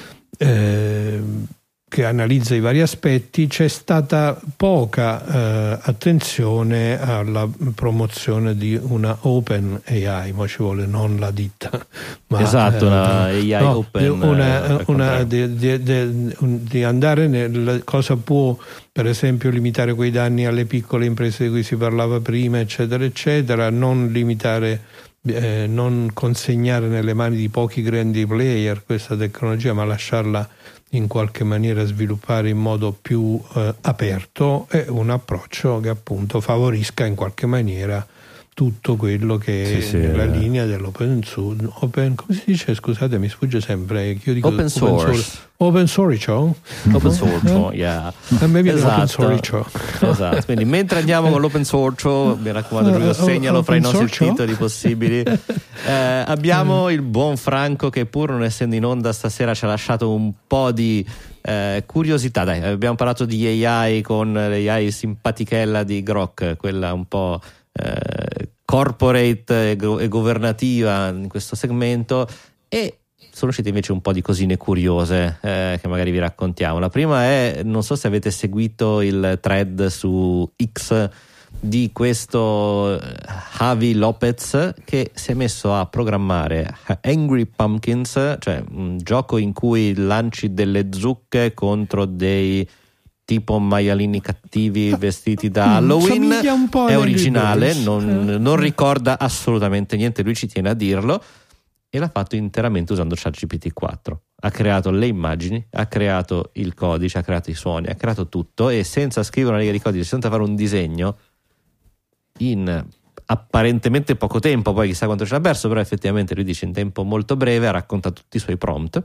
che analizza i vari aspetti, c'è stata poca attenzione alla promozione di una open AI, ma ci vuole non la ditta, ma esatto, una AI open, di andare nel cosa può, per esempio, limitare quei danni alle piccole imprese di cui si parlava prima, eccetera eccetera, non limitare, non consegnare nelle mani di pochi grandi player questa tecnologia, ma lasciarla in qualche maniera sviluppare in modo più aperto, è un approccio che appunto favorisca in qualche maniera tutto quello che è nella linea dell'open source. Come si dice? Scusate, mi sfugge sempre. Io dico open source. Open source, Open source, yeah. Esatto. Esatto. Quindi mentre andiamo con l'open source, mi raccomando, Giulio, segnalo fra i nostri titoli possibili. Abbiamo il buon Franco che, pur non essendo in onda stasera, ci ha lasciato un po' di curiosità. Dai, abbiamo parlato di AI con l'AI simpatichella di Grok, quella un po' corporate e governativa in questo segmento, e sono uscite invece un po' di cosine curiose che magari vi raccontiamo. La prima è, non so se avete seguito il thread su X di questo Javi Lopez, che si è messo a programmare Angry Pumpkins, cioè un gioco in cui lanci delle zucche contro dei tipo maialini cattivi vestiti da Halloween. È originale, non ricorda assolutamente niente, lui ci tiene a dirlo, e l'ha fatto interamente usando ChatGPT 4. Ha creato le immagini, ha creato il codice, ha creato i suoni, ha creato tutto, e senza scrivere una riga di codice, senza fare un disegno, in apparentemente poco tempo, poi chissà quanto ce l'ha perso, però effettivamente lui dice in tempo molto breve, ha raccontato tutti i suoi prompt.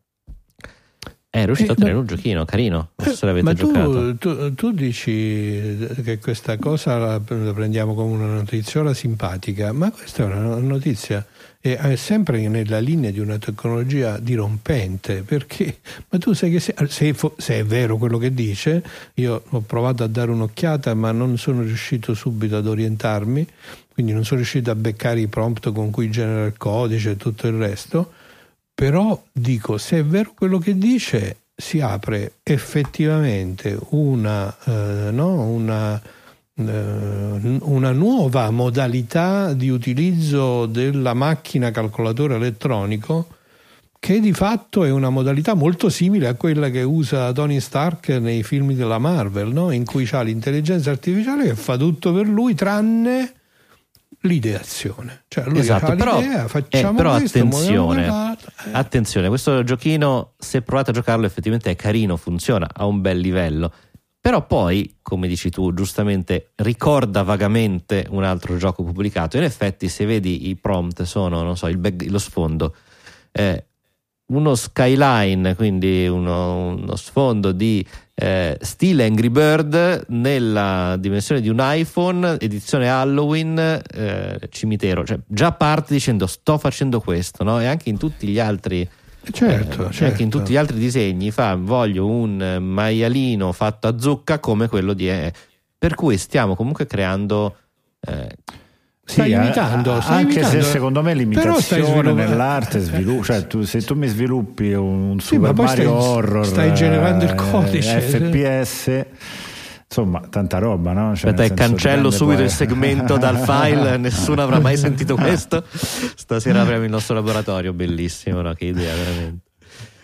È riuscito a tenere un giochino carino, non so se l'avete giocato. Tu dici che questa cosa la prendiamo come una notiziola simpatica, ma questa è una notizia, è sempre nella linea di una tecnologia dirompente, perché ma tu sai che se è vero quello che dice, io ho provato a dare un'occhiata ma non sono riuscito subito ad orientarmi, quindi non sono riuscito a beccare i prompt con cui genera il codice e tutto il resto. Però dico, se è vero quello che dice, si apre effettivamente una nuova modalità di utilizzo della macchina calcolatore elettronico, che di fatto è una modalità molto simile a quella che usa Tony Stark nei film della Marvel, no? In cui c'ha l'intelligenza artificiale che fa tutto per lui tranne l'ideazione, cioè lui esatto, però, l'idea, facciamo però questo, attenzione, questo giochino, se provate a giocarlo, effettivamente è carino, funziona a un bel livello, però poi, come dici tu giustamente, ricorda vagamente un altro gioco pubblicato. In effetti, se vedi i prompt, sono, non so, lo sfondo, uno skyline, quindi uno sfondo di stile Angry Bird nella dimensione di un iPhone, edizione Halloween, cimitero, cioè già parte dicendo sto facendo questo, no? E anche in tutti gli altri certo. Anche in tutti gli altri disegni voglio un maialino fatto a zucca come quello di per cui stiamo comunque creando stai imitando, se secondo me l'imitazione nell'arte cioè se tu mi sviluppi un Super Mario Horror, stai generando il codice FPS, insomma tanta roba, no? Cioè, aspetta, cancello subito il segmento dal file, nessuno avrà mai sentito questo. Stasera avremo il nostro laboratorio, bellissimo, no? Che idea veramente.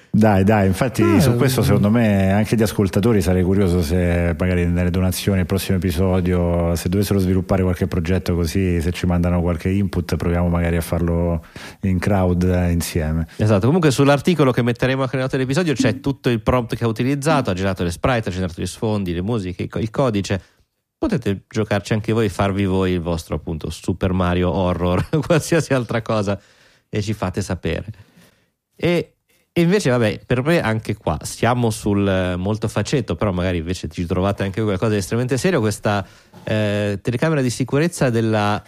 Dai, infatti su questo secondo me anche gli ascoltatori sarei curioso se magari nelle donazioni al prossimo episodio, se dovessero sviluppare qualche progetto così, se ci mandano qualche input proviamo magari a farlo in crowd insieme. Esatto, comunque sull'articolo che metteremo anche nelle note dell'episodio c'è tutto il prompt che ha utilizzato, ha generato le sprite, ha generato gli sfondi, le musiche, il codice. Potete giocarci anche voi, farvi voi il vostro appunto Super Mario Horror, qualsiasi altra cosa, e ci fate sapere. E invece vabbè, per me anche qua siamo sul molto faceto, però magari invece ci trovate anche qualcosa di estremamente serio. Questa telecamera di sicurezza della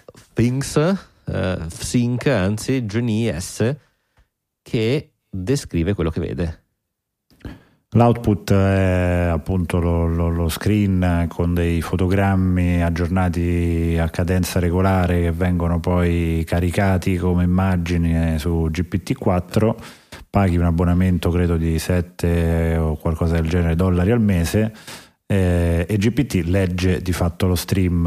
Sync, anzi Genie S, che descrive quello che vede. L'output è appunto lo screen con dei fotogrammi aggiornati a cadenza regolare che vengono poi caricati come immagini su GPT-4. Paghi un abbonamento credo di 7 o qualcosa del genere dollari al mese, e GPT legge di fatto lo stream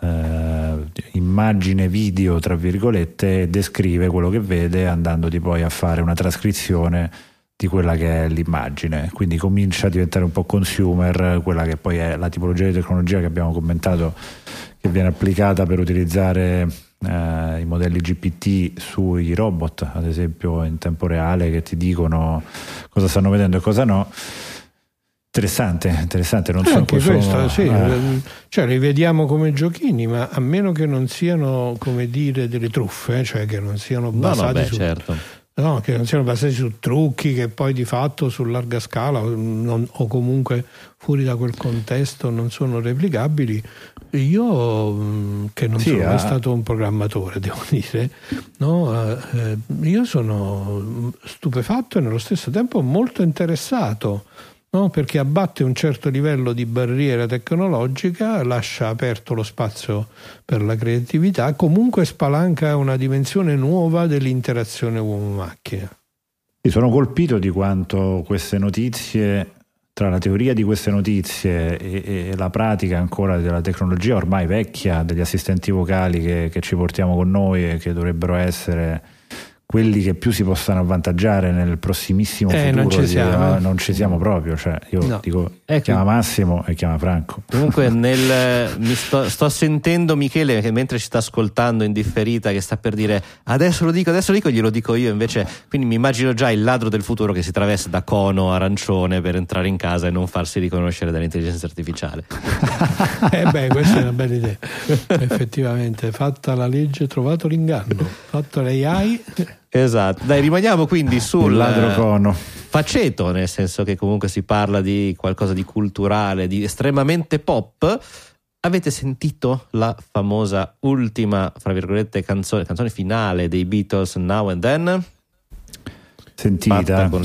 immagine video tra virgolette, e descrive quello che vede andandoti poi a fare una trascrizione di quella che è l'immagine, quindi comincia a diventare un po' consumer, quella che poi è la tipologia di tecnologia che abbiamo commentato, che viene applicata per utilizzare i modelli GPT sui robot, ad esempio in tempo reale, che ti dicono cosa stanno vedendo e cosa no. Interessante, non so anche questo, sì, cioè li vediamo come giochini, ma a meno che non siano, come dire, delle truffe, cioè che non siano basati su certo. No, che non siano basati su trucchi che poi di fatto su larga scala o comunque fuori da quel contesto non sono replicabili. Io che non sono mai stato un programmatore, devo dire, no, io sono stupefatto e nello stesso tempo molto interessato, no, perché abbatte un certo livello di barriera tecnologica, lascia aperto lo spazio per la creatività, comunque spalanca una dimensione nuova dell'interazione uomo-macchina. Sono colpito di quanto queste notizie, tra la teoria di queste notizie e la pratica ancora della tecnologia ormai vecchia degli assistenti vocali che ci portiamo con noi e che dovrebbero essere quelli che più si possano avvantaggiare nel prossimissimo futuro, non ci siamo proprio, cioè io dico chiama Massimo e chiama Franco. Comunque sto sentendo Michele che mentre ci sta ascoltando in differita che sta per dire adesso lo dico, glielo dico io invece, quindi mi immagino già il ladro del futuro che si traveste da cono arancione per entrare in casa e non farsi riconoscere dall'intelligenza artificiale. Questa è una bella idea. Effettivamente, fatta la legge, trovato l'inganno, fatto l'AI. Esatto, dai, rimaniamo quindi sul ladro cono faceto, nel senso che comunque si parla di qualcosa di culturale, di estremamente pop. Avete sentito la famosa ultima, fra virgolette, canzone finale dei Beatles, Now and Then? Sentita.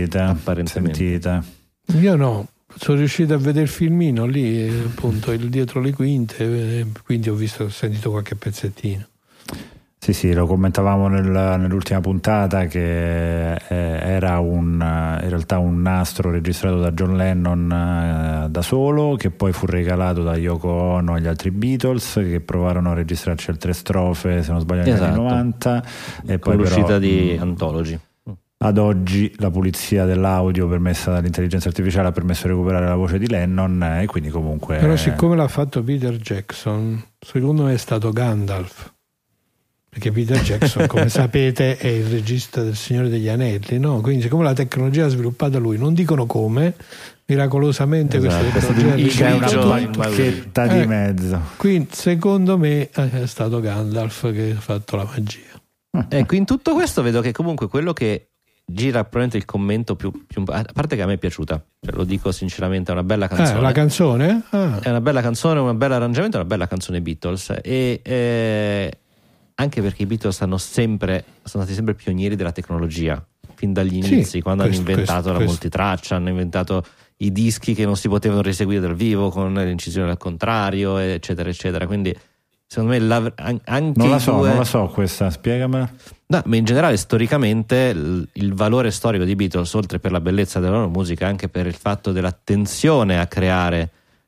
Io no, sono riuscito a vedere il filmino lì, appunto, il dietro le quinte, quindi ho sentito qualche pezzettino. Sì, lo commentavamo nell'ultima puntata che era in realtà un nastro registrato da John Lennon da solo, che poi fu regalato da Yoko Ono agli altri Beatles, che provarono a registrarci altre strofe, se non sbaglio, negli anni 90, e con poi l'uscita di Anthology. Ad oggi la pulizia dell'audio permessa dall'intelligenza artificiale ha permesso di recuperare la voce di Lennon, e quindi comunque... Però siccome l'ha fatto Peter Jackson, secondo me è stato Gandalf. Perché Peter Jackson, come sapete, è il regista del Signore degli Anelli, no? Quindi siccome la tecnologia l'ha sviluppata lui, non dicono come, miracolosamente questa tecnologia c'è una bacchetta di mezzo. Quindi secondo me è stato Gandalf che ha fatto la magia. Ecco, in tutto questo vedo che comunque quello che gira probabilmente il commento più a parte che a me è piaciuta, cioè, lo dico sinceramente, è una bella canzone. La canzone? È una bella canzone, un bel arrangiamento, è una bella canzone Beatles, e anche perché i Beatles sono stati sempre pionieri della tecnologia fin dagli inizi, quando hanno inventato la multitraccia, hanno inventato i dischi che non si potevano riseguire dal vivo con l'incisione al contrario, eccetera eccetera. Quindi secondo me anche non la so questa, spiegamela. No, ma in generale storicamente il valore storico di Beatles, oltre per la bellezza della loro musica, anche per il fatto dell'attenzione a creare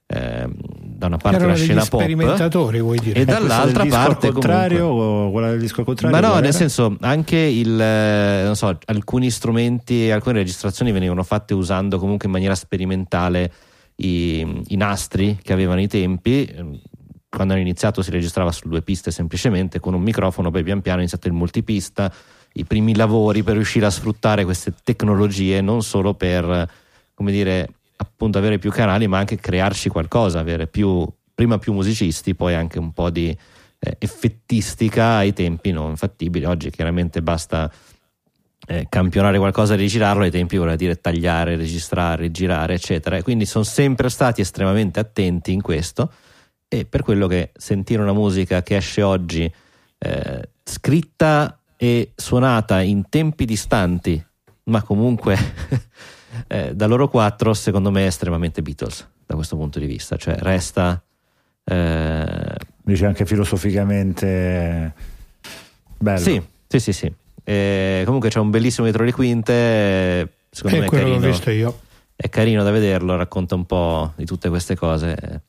da una parte la scena pop, sperimentatori, vuoi dire, e dall'altra parte al contrario, o quella del disco al contrario. Ma no, nel senso, anche non so, alcuni strumenti, alcune registrazioni venivano fatte usando comunque in maniera sperimentale i nastri che avevano i tempi. Quando hanno iniziato si registrava su 2 piste semplicemente con un microfono, poi pian piano è iniziato il multipista, i primi lavori per riuscire a sfruttare queste tecnologie, non solo per, come dire, appunto avere più canali, ma anche crearci qualcosa, avere prima più musicisti, poi anche un po' di effettistica ai tempi non fattibili. Oggi chiaramente basta campionare qualcosa e rigirarlo, ai tempi voleva dire tagliare, registrare, girare, eccetera, e quindi sono sempre stati estremamente attenti in questo, e per quello che sentire una musica che esce oggi scritta e suonata in tempi distanti, ma comunque da loro 4, secondo me è estremamente Beatles da questo punto di vista, cioè resta dice anche filosoficamente bello. Sì. Comunque c'è un bellissimo dietro le quinte, secondo me è carino, l'ho visto io. È carino da vederlo, racconta un po' di tutte queste cose.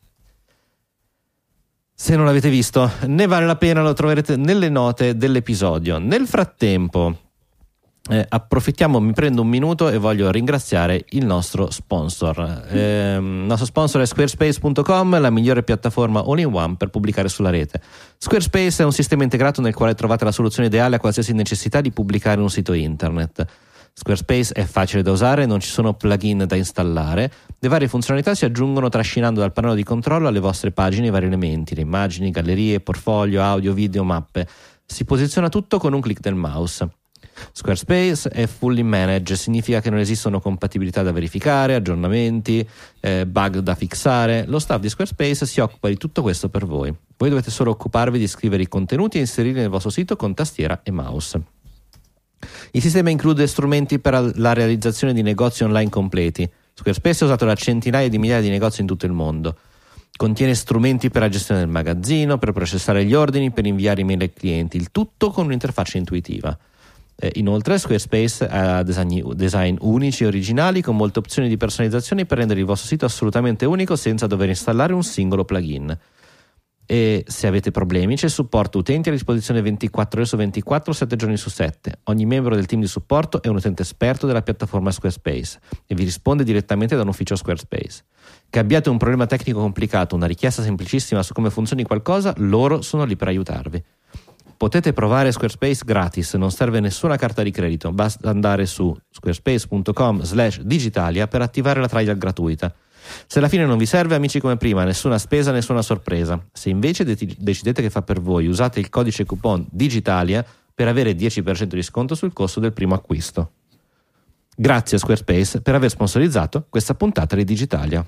Se non l'avete visto, ne vale la pena, lo troverete nelle note dell'episodio. Nel frattempo approfittiamo, mi prendo un minuto e voglio ringraziare il nostro sponsor. Il nostro sponsor è squarespace.com, la migliore piattaforma all-in-one per pubblicare sulla rete. Squarespace è un sistema integrato nel quale trovate la soluzione ideale a qualsiasi necessità di pubblicare un sito internet. Squarespace è facile da usare, non ci sono plugin da installare, le varie funzionalità si aggiungono trascinando dal pannello di controllo alle vostre pagine i vari elementi, le immagini, gallerie, portfolio, audio, video, mappe. Si posiziona tutto con un clic del mouse. Squarespace è fully managed, significa che non esistono compatibilità da verificare, aggiornamenti, bug da fissare. Lo staff di Squarespace si occupa di tutto questo per voi. Voi dovete solo occuparvi di scrivere i contenuti e inserirli nel vostro sito con tastiera e mouse. Il sistema include strumenti per la realizzazione di negozi online completi. Squarespace è usato da centinaia di migliaia di negozi in tutto il mondo. Contiene strumenti per la gestione del magazzino, per processare gli ordini, per inviare email ai clienti, il tutto con un'interfaccia intuitiva. Inoltre Squarespace ha design unici e originali con molte opzioni di personalizzazione per rendere il vostro sito assolutamente unico senza dover installare un singolo plugin. E se avete problemi c'è supporto utenti a disposizione 24 ore su 24, 7 giorni su 7. Ogni membro del team di supporto è un utente esperto della piattaforma Squarespace e vi risponde direttamente da un ufficio Squarespace. Che abbiate un problema tecnico complicato, una richiesta semplicissima su come funzioni qualcosa, loro sono lì per aiutarvi. Potete provare Squarespace gratis, non serve nessuna carta di credito, basta andare su squarespace.com/digitalia per attivare la trial gratuita. Se alla fine non vi serve, amici, come prima, nessuna spesa, nessuna sorpresa. Se invece decidete che fa per voi, usate il codice coupon Digitalia per avere 10% di sconto sul costo del primo acquisto. Grazie a Squarespace per aver sponsorizzato questa puntata di Digitalia.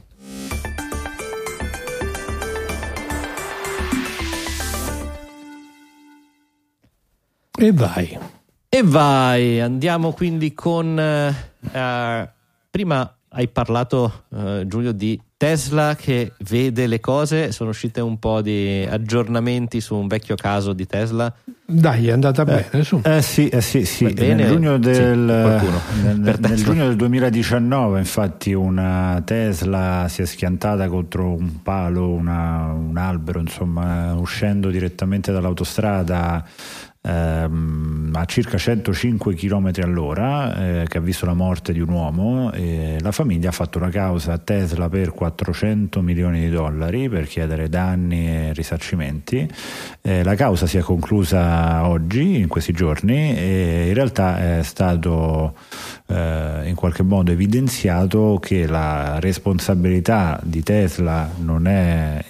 E vai, andiamo quindi con prima hai parlato, Giulio, di Tesla che vede le cose, sono uscite un po' di aggiornamenti su un vecchio caso di Tesla. Dai, è andata bene, su. Sì. Nel giugno del 2019, infatti, una Tesla si è schiantata contro un palo, un albero, insomma, uscendo direttamente dall'autostrada a circa 105 km all'ora, che ha visto la morte di un uomo. La famiglia ha fatto una causa a Tesla per $400 milioni per chiedere danni e risarcimenti. La causa si è conclusa oggi, in questi giorni, e in realtà è stato in qualche modo evidenziato che la responsabilità di Tesla non è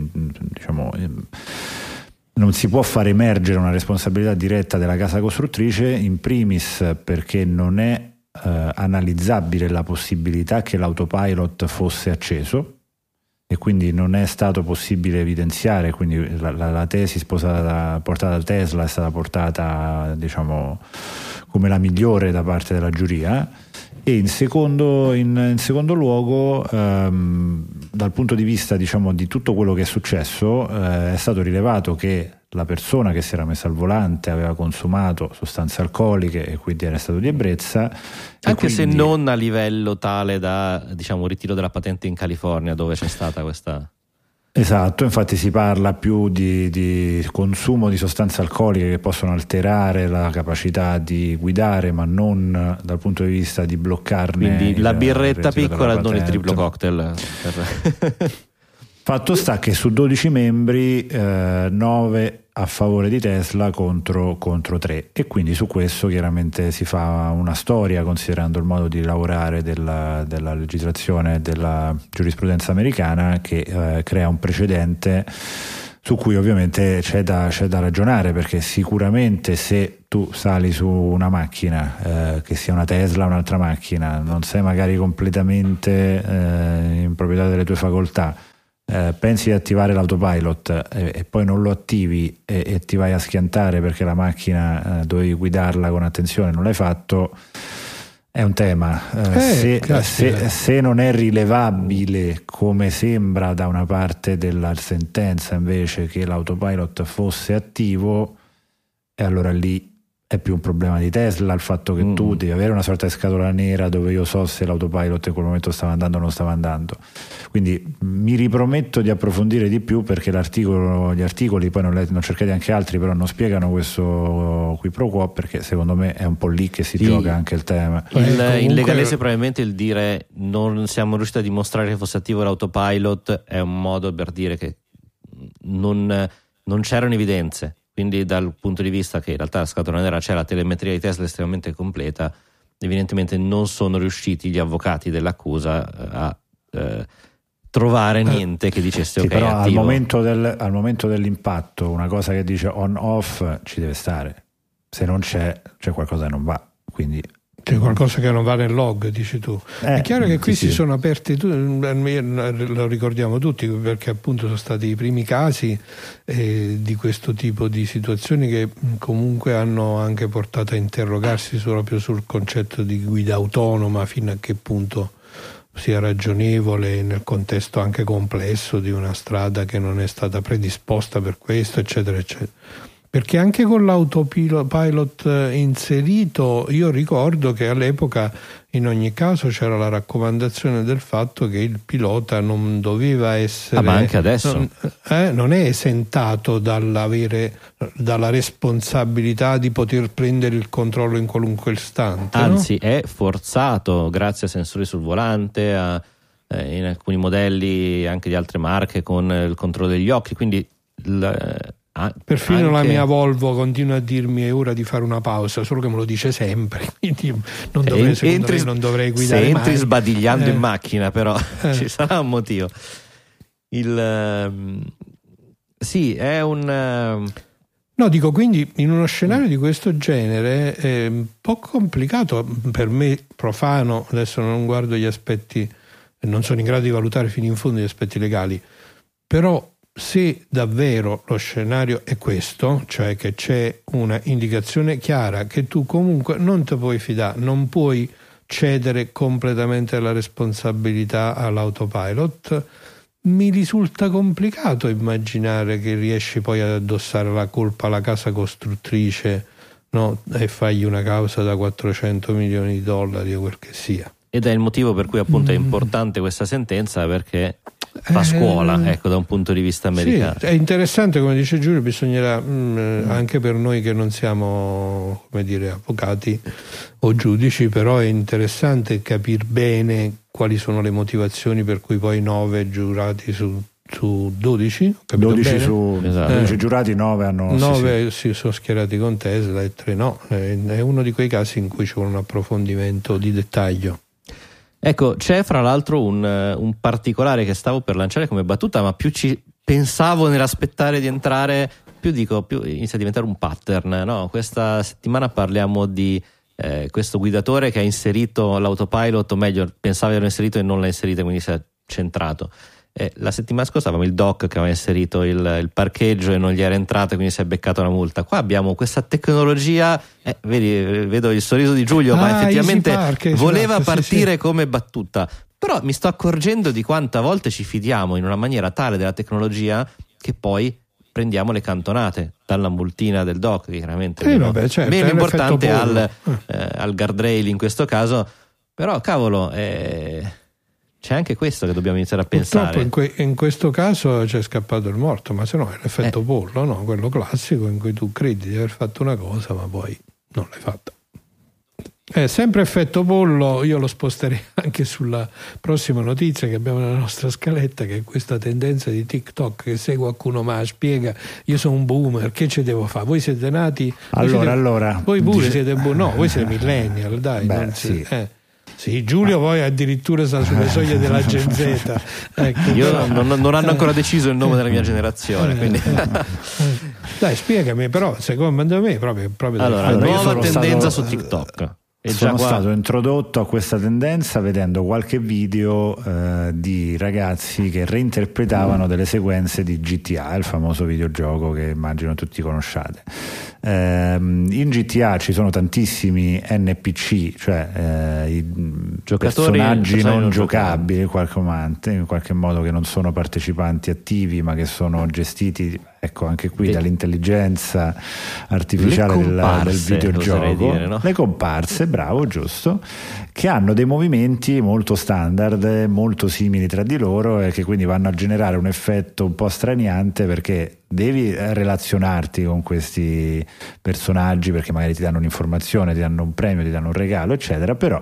non si può far emergere una responsabilità diretta della casa costruttrice, in primis perché non è analizzabile la possibilità che l'autopilot fosse acceso e quindi non è stato possibile evidenziare, quindi la tesi portata da Tesla è stata portata, diciamo, come la migliore da parte della giuria. E in secondo luogo, dal punto di vista, diciamo, di tutto quello che è successo, è stato rilevato che la persona che si era messa al volante aveva consumato sostanze alcoliche e quindi era in stato di ebbrezza, anche se non a livello tale da, diciamo, ritiro della patente in California, dove c'è stata questa... Esatto, infatti si parla più di consumo di sostanze alcoliche che possono alterare la capacità di guidare, ma non dal punto di vista di bloccarne. Quindi la birretta piccola, non il triplo cocktail. Fatto sta che su 12 membri 9 a favore di Tesla contro 3, e quindi su questo chiaramente si fa una storia, considerando il modo di lavorare della legislazione, della giurisprudenza americana, che crea un precedente su cui ovviamente c'è da ragionare, perché sicuramente se tu sali su una macchina, che sia una Tesla o un'altra macchina, non sei magari completamente in proprietà delle tue facoltà, pensi di attivare l'autopilot e poi non lo attivi e ti vai a schiantare perché la macchina dovevi guidarla con attenzione, non l'hai fatto, è un tema. Se non è rilevabile, come sembra da una parte della sentenza invece, che l'autopilot fosse attivo, e allora lì è più un problema di Tesla, il fatto che tu devi avere una sorta di scatola nera dove io so se l'autopilot in quel momento stava andando o non stava andando. Quindi mi riprometto di approfondire di più, perché gli articoli poi non cercate anche altri, però non spiegano questo qui pro quo, perché secondo me è un po' lì che si gioca anche il tema. In legalese probabilmente il dire non siamo riusciti a dimostrare che fosse attivo l'autopilot è un modo per dire che non c'erano evidenze. Quindi dal punto di vista che in realtà la scatola nera c'è, la telemetria di Tesla è estremamente completa, evidentemente non sono riusciti gli avvocati dell'accusa a trovare niente che dicesse ok, però attivo. Al momento dell'impatto una cosa che dice on off ci deve stare, se non c'è qualcosa che non va, quindi c'è qualcosa che non va nel log, dici tu. È chiaro che qui si sono aperti, lo ricordiamo tutti, perché appunto sono stati i primi casi di questo tipo di situazioni che comunque hanno anche portato a interrogarsi proprio sul concetto di guida autonoma, fino a che punto sia ragionevole nel contesto anche complesso di una strada che non è stata predisposta per questo, eccetera eccetera. Perché anche con l'autopilot inserito, io ricordo che all'epoca in ogni caso c'era la raccomandazione del fatto che il pilota non doveva essere, ma anche adesso non è esentato dalla responsabilità di poter prendere il controllo in qualunque istante, anzi è forzato grazie a sensori sul volante, in alcuni modelli anche di altre marche con il controllo degli occhi, quindi perfino la mia Volvo continua a dirmi è ora di fare una pausa, solo che me lo dice sempre, quindi non dovrei guidare se entri mai sbadigliando in macchina, però ci sarà un motivo. Sì, è un no, dico, quindi in uno scenario di questo genere è un po' complicato per me profano, adesso non guardo gli aspetti, non sono in grado di valutare fino in fondo gli aspetti legali, però se davvero lo scenario è questo, cioè che c'è una indicazione chiara che tu comunque non ti puoi fidare, non puoi cedere completamente la responsabilità all'autopilot, mi risulta complicato immaginare che riesci poi ad addossare la colpa alla casa costruttrice, no? E fargli una causa da $400 milioni o quel che sia. Ed è il motivo per cui appunto è importante questa sentenza, perché fa scuola, ecco, da un punto di vista americano. Sì, è interessante, come dice Giulio, bisognerà anche per noi che non siamo, come dire, avvocati o giudici, però è interessante capire bene quali sono le motivazioni per cui poi 9 giurati su 12, 12 su 12 giurati, 9 hanno 9 si sono schierati con Tesla e 3 no. È uno di quei casi in cui ci vuole un approfondimento di dettaglio. Ecco, c'è fra l'altro un particolare che stavo per lanciare come battuta, ma più ci pensavo nell'aspettare di entrare, più inizia a diventare un pattern, no? Questa settimana parliamo di questo guidatore che ha inserito l'autopilot, o meglio pensava di averlo inserito e non l'ha inserito, quindi si è centrato. La settimana scorsa avevamo il doc che aveva inserito il parcheggio e non gli era entrato e quindi si è beccato una multa. Qua abbiamo questa tecnologia, vedo il sorriso di Giulio, ma effettivamente voleva partire come battuta, però mi sto accorgendo di quante volte ci fidiamo in una maniera tale della tecnologia che poi prendiamo le cantonate dalla multina del dock, che chiaramente certo, meno importante al guardrail in questo caso, però cavolo, c'è anche questo che dobbiamo iniziare a pensare. Purtroppo in questo caso c'è scappato il morto, ma se no è l'effetto pollo, no? Quello classico in cui tu credi di aver fatto una cosa ma poi non l'hai fatta. Sempre effetto pollo, io lo sposterei anche sulla prossima notizia che abbiamo nella nostra scaletta, che è questa tendenza di TikTok, che se qualcuno spiega io sono un boomer, che ci devo fare? Voi siete nati voi pure siete no, voi siete millennial, dai. Beh, sì. Sì, Giulio poi addirittura sta sulle soglie della Gen Z. Ecco, io non hanno ancora deciso il nome della mia generazione, quindi dai, spiegami, però secondo me proprio allora, nuova tendenza su TikTok. Sono stato introdotto a questa tendenza vedendo qualche video di ragazzi che reinterpretavano delle sequenze di GTA, il famoso videogioco che immagino tutti conosciate. In GTA ci sono tantissimi NPC, cioè i personaggi non giocabili in qualche modo, che non sono partecipanti attivi ma che sono gestiti, ecco, anche qui dall'intelligenza artificiale del videogioco, dire, no? Le comparse, bravo, giusto, che hanno dei movimenti molto standard, molto simili tra di loro, e che quindi vanno a generare un effetto un po' straniante, perché devi relazionarti con questi personaggi, perché magari ti danno un'informazione, ti danno un premio, ti danno un regalo, eccetera, però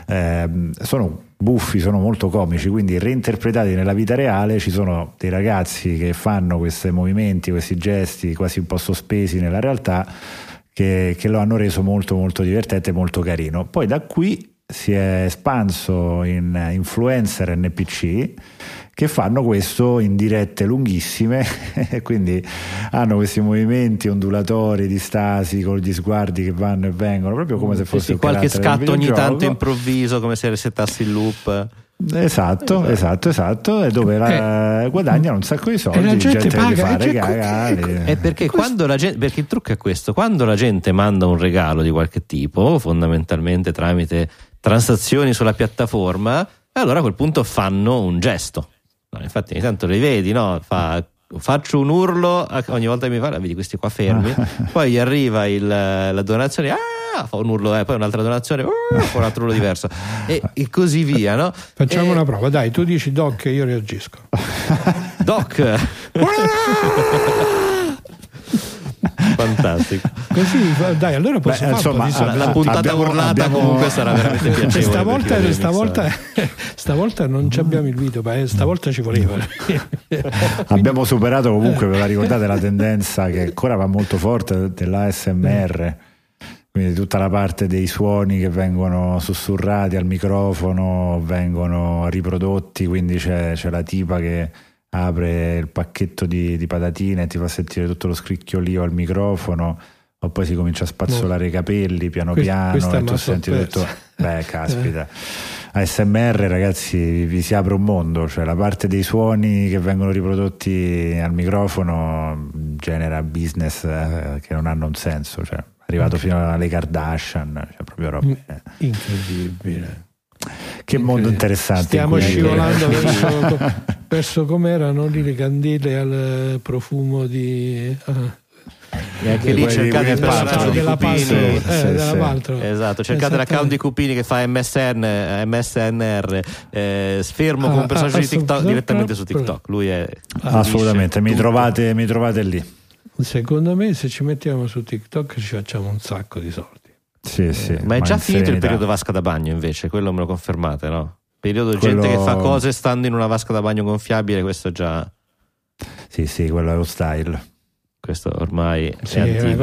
sono buffi, sono molto comici, quindi reinterpretati nella vita reale. Ci sono dei ragazzi che fanno questi movimenti, questi gesti quasi un po' sospesi nella realtà, che lo hanno reso molto molto divertente e molto carino. Poi da qui si è espanso in influencer NPC che fanno questo in dirette lunghissime e quindi hanno questi movimenti ondulatori di stasi con gli sguardi che vanno e vengono, proprio come se fosse qualche scatto ogni tanto improvviso, come se resettassi il loop. Esatto, e dove guadagnano un sacco di soldi, la gente paga, è perché perché il trucco è questo: quando la gente manda un regalo di qualche tipo, fondamentalmente tramite transazioni sulla piattaforma, allora a quel punto fanno un gesto. No, infatti ogni tanto li vedi, no? Faccio un urlo ogni volta che mi parla, vedi questi qua fermi, poi gli arriva la donazione, fa un urlo, poi un'altra donazione, fa un altro urlo diverso, e così via, no? Facciamo una prova, dai, tu dici Doc e io reagisco. Doc! Fantastico. Così, dai, allora posso fare la puntata urlata comunque sarà veramente piacevole. Stavolta non ci abbiamo il video, ma stavolta ci voleva. Abbiamo superato comunque, ve la ricordate, la tendenza che ancora va molto forte dell'ASMR, quindi tutta la parte dei suoni che vengono sussurrati al microfono, vengono riprodotti, quindi c'è la tipa che apre il pacchetto di patatine e ti fa sentire tutto lo scricchiolio al microfono, o poi si comincia a spazzolare i capelli piano piano e tu senti tutto. Beh, caspita, ASMR, ragazzi, vi si apre un mondo, cioè la parte dei suoni che vengono riprodotti al microfono genera business che non hanno un senso, cioè arrivato fino alle Kardashian, cioè proprio roba incredibile. Che mondo interessante. Stiamo scivolando verso com'erano lì le candele al profumo di e anche lì cercate il personaggio di Cupini, esatto, cercate l'account di Cupini che fa MSNR, sfermo con un personaggio di TikTok direttamente su TikTok. Lui è assolutamente, mi trovate lì. Secondo me se ci mettiamo su TikTok ci facciamo un sacco di soldi. Sì, ma è già finito il periodo vasca da bagno, invece quello me lo confermate, no? Periodo gente che fa cose stando in una vasca da bagno gonfiabile, questo già sì, quello è lo style. Questo ormai è antico.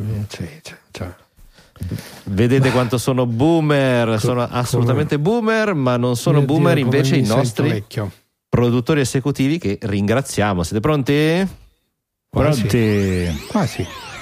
Vedete quanto sono boomer, sono assolutamente boomer, ma non sono boomer invece i nostri produttori esecutivi, che ringraziamo. Siete pronti? Quasi.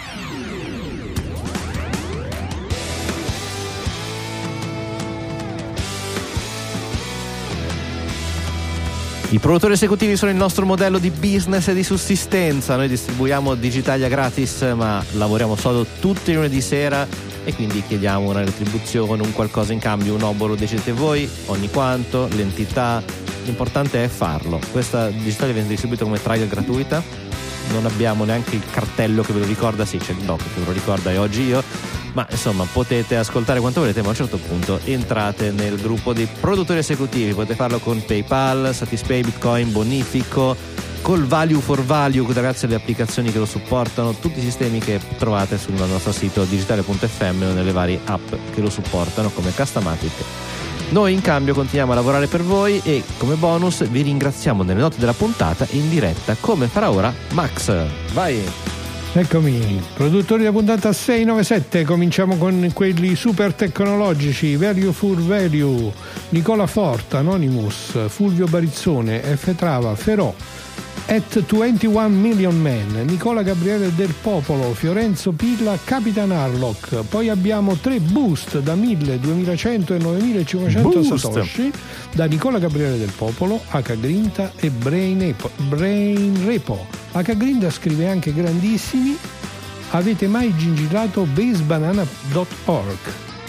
I produttori esecutivi sono il nostro modello di business e di sussistenza. Noi distribuiamo Digitalia gratis, ma lavoriamo solo tutti i lunedì sera e quindi chiediamo una retribuzione, un qualcosa in cambio, un obolo decidete voi, ogni quanto, l'entità, l'importante è farlo. Questa Digitalia viene distribuita come trial gratuita, non abbiamo neanche il cartello che ve lo ricorda, sì c'è il doc che ve lo ricorda e oggi io, ma insomma potete ascoltare quanto volete, ma a un certo punto entrate nel gruppo dei produttori esecutivi, potete farlo con PayPal, Satispay, Bitcoin, Bonifico, col Value for Value grazie alle applicazioni che lo supportano, tutti i sistemi che trovate sul nostro sito digitale.fm o nelle varie app che lo supportano come Castamatic. Noi in cambio continuiamo a lavorare per voi e come bonus vi ringraziamo nelle note della puntata in diretta, come farà ora Max. Vai! Eccomi, produttori della puntata 697, cominciamo con quelli super tecnologici. Value for Value, Nicola Forta, Anonymous, Fulvio Barizzone, F. Trava, Ferò, At 21 Million Man, Nicola Gabriele del Popolo, Fiorenzo Pilla, Capitan Harlock. Poi abbiamo 3 boost da 1000, 2100 e 9500 Satoshi da Nicola Gabriele del Popolo, H. Grinta e Brain Repo. H. Grinta scrive anche: grandissimi, avete mai gingillato basebanana.org?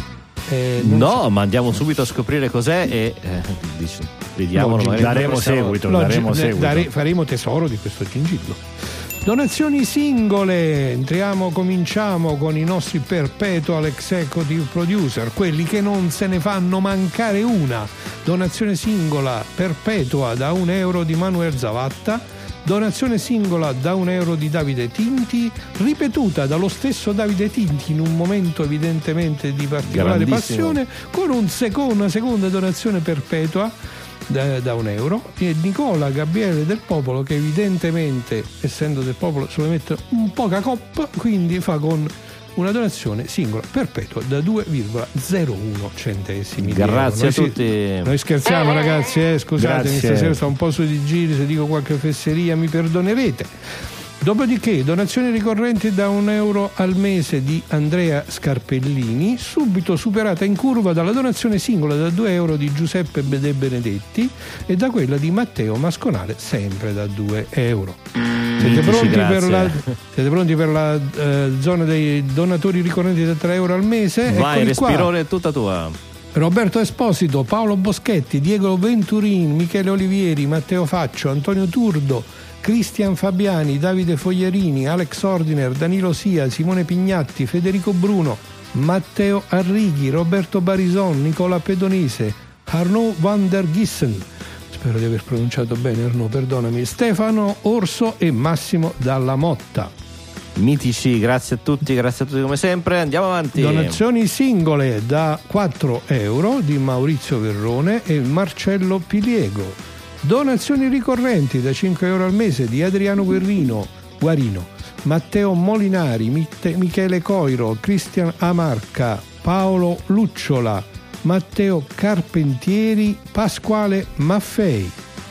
No, ma andiamo subito a scoprire cos'è e vediamo. Daremo seguito. Faremo tesoro di questo gingillo. Donazioni singole, cominciamo con i nostri perpetual executive producer, quelli che non se ne fanno mancare una. Donazione singola perpetua da €1 di Manuel Zavatta. Donazione singola da €1 di Davide Tinti, ripetuta dallo stesso Davide Tinti in un momento evidentemente di particolare passione, con una seconda donazione perpetua da €1 e Nicola Gabriele del Popolo, che evidentemente, essendo del popolo, se lo mette un poca coppa, quindi fa con una donazione singola perpetua da 2,01 centesimi. Grazie a tutti. Noi scherziamo, ragazzi, scusatemi, Grazie. stasera sto un po' sui giri, se dico qualche fesseria mi perdonerete. Dopodiché donazioni ricorrenti da €1 al mese di Andrea Scarpellini, subito superata in curva dalla donazione singola da €2 di Giuseppe De Benedetti e da quella di Matteo Masconale, sempre da €2. Siete pronti per la zona dei donatori ricorrenti da €3 al mese? Vai, Eccoli Respirone, qua. è tutta tua. Roberto Esposito, Paolo Boschetti, Diego Venturin, Michele Olivieri, Matteo Faccio, Antonio Turdo, Cristian Fabiani, Davide Foglierini, Alex Ordiner, Danilo Sia, Simone Pignatti, Federico Bruno, Matteo Arrighi, Roberto Barison, Nicola Pedonese, Arnaud van der Gissen, spero di aver pronunciato bene Arnaud, perdonami, Stefano Orso e Massimo Dalla Motta. Mitici, grazie a tutti come sempre, andiamo avanti. Donazioni singole da €4 di Maurizio Verrone e Marcello Piliego. Donazioni ricorrenti da €5 al mese di Adriano Guarino, Matteo Molinari, Michele Coiro, Cristian Amarca, Paolo Lucciola, Matteo Carpentieri, Pasquale Maffei.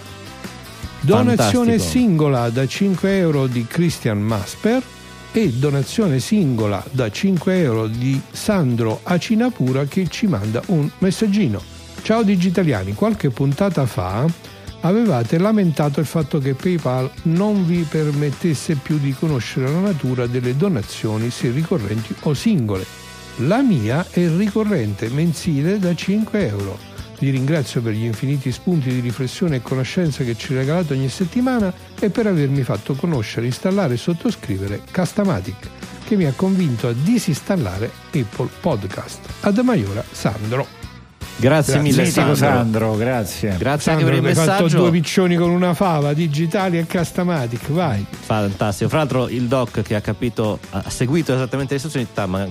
Donazione singola da €5 di Christian Masper e donazione singola da €5 di Sandro Acinapura, che ci manda un messaggino. Ciao digitaliani, qualche puntata fa avevate lamentato il fatto che PayPal non vi permettesse più di conoscere la natura delle donazioni, se ricorrenti o singole. La mia è ricorrente, mensile da €5. Vi ringrazio per gli infiniti spunti di riflessione e conoscenza che ci regalate ogni settimana e per avermi fatto conoscere, installare e sottoscrivere Castamatic, che mi ha convinto a disinstallare Apple Podcast. Ad Maiora, Sandro. Grazie mille Sandro, grazie. Grazie anche Sandro, per il mi hai messaggio. fatto 2 piccioni con una fava, digitali e Castamatic, vai. Fantastico. Fra l'altro il doc, che ha capito, ha seguito esattamente le istruzioni,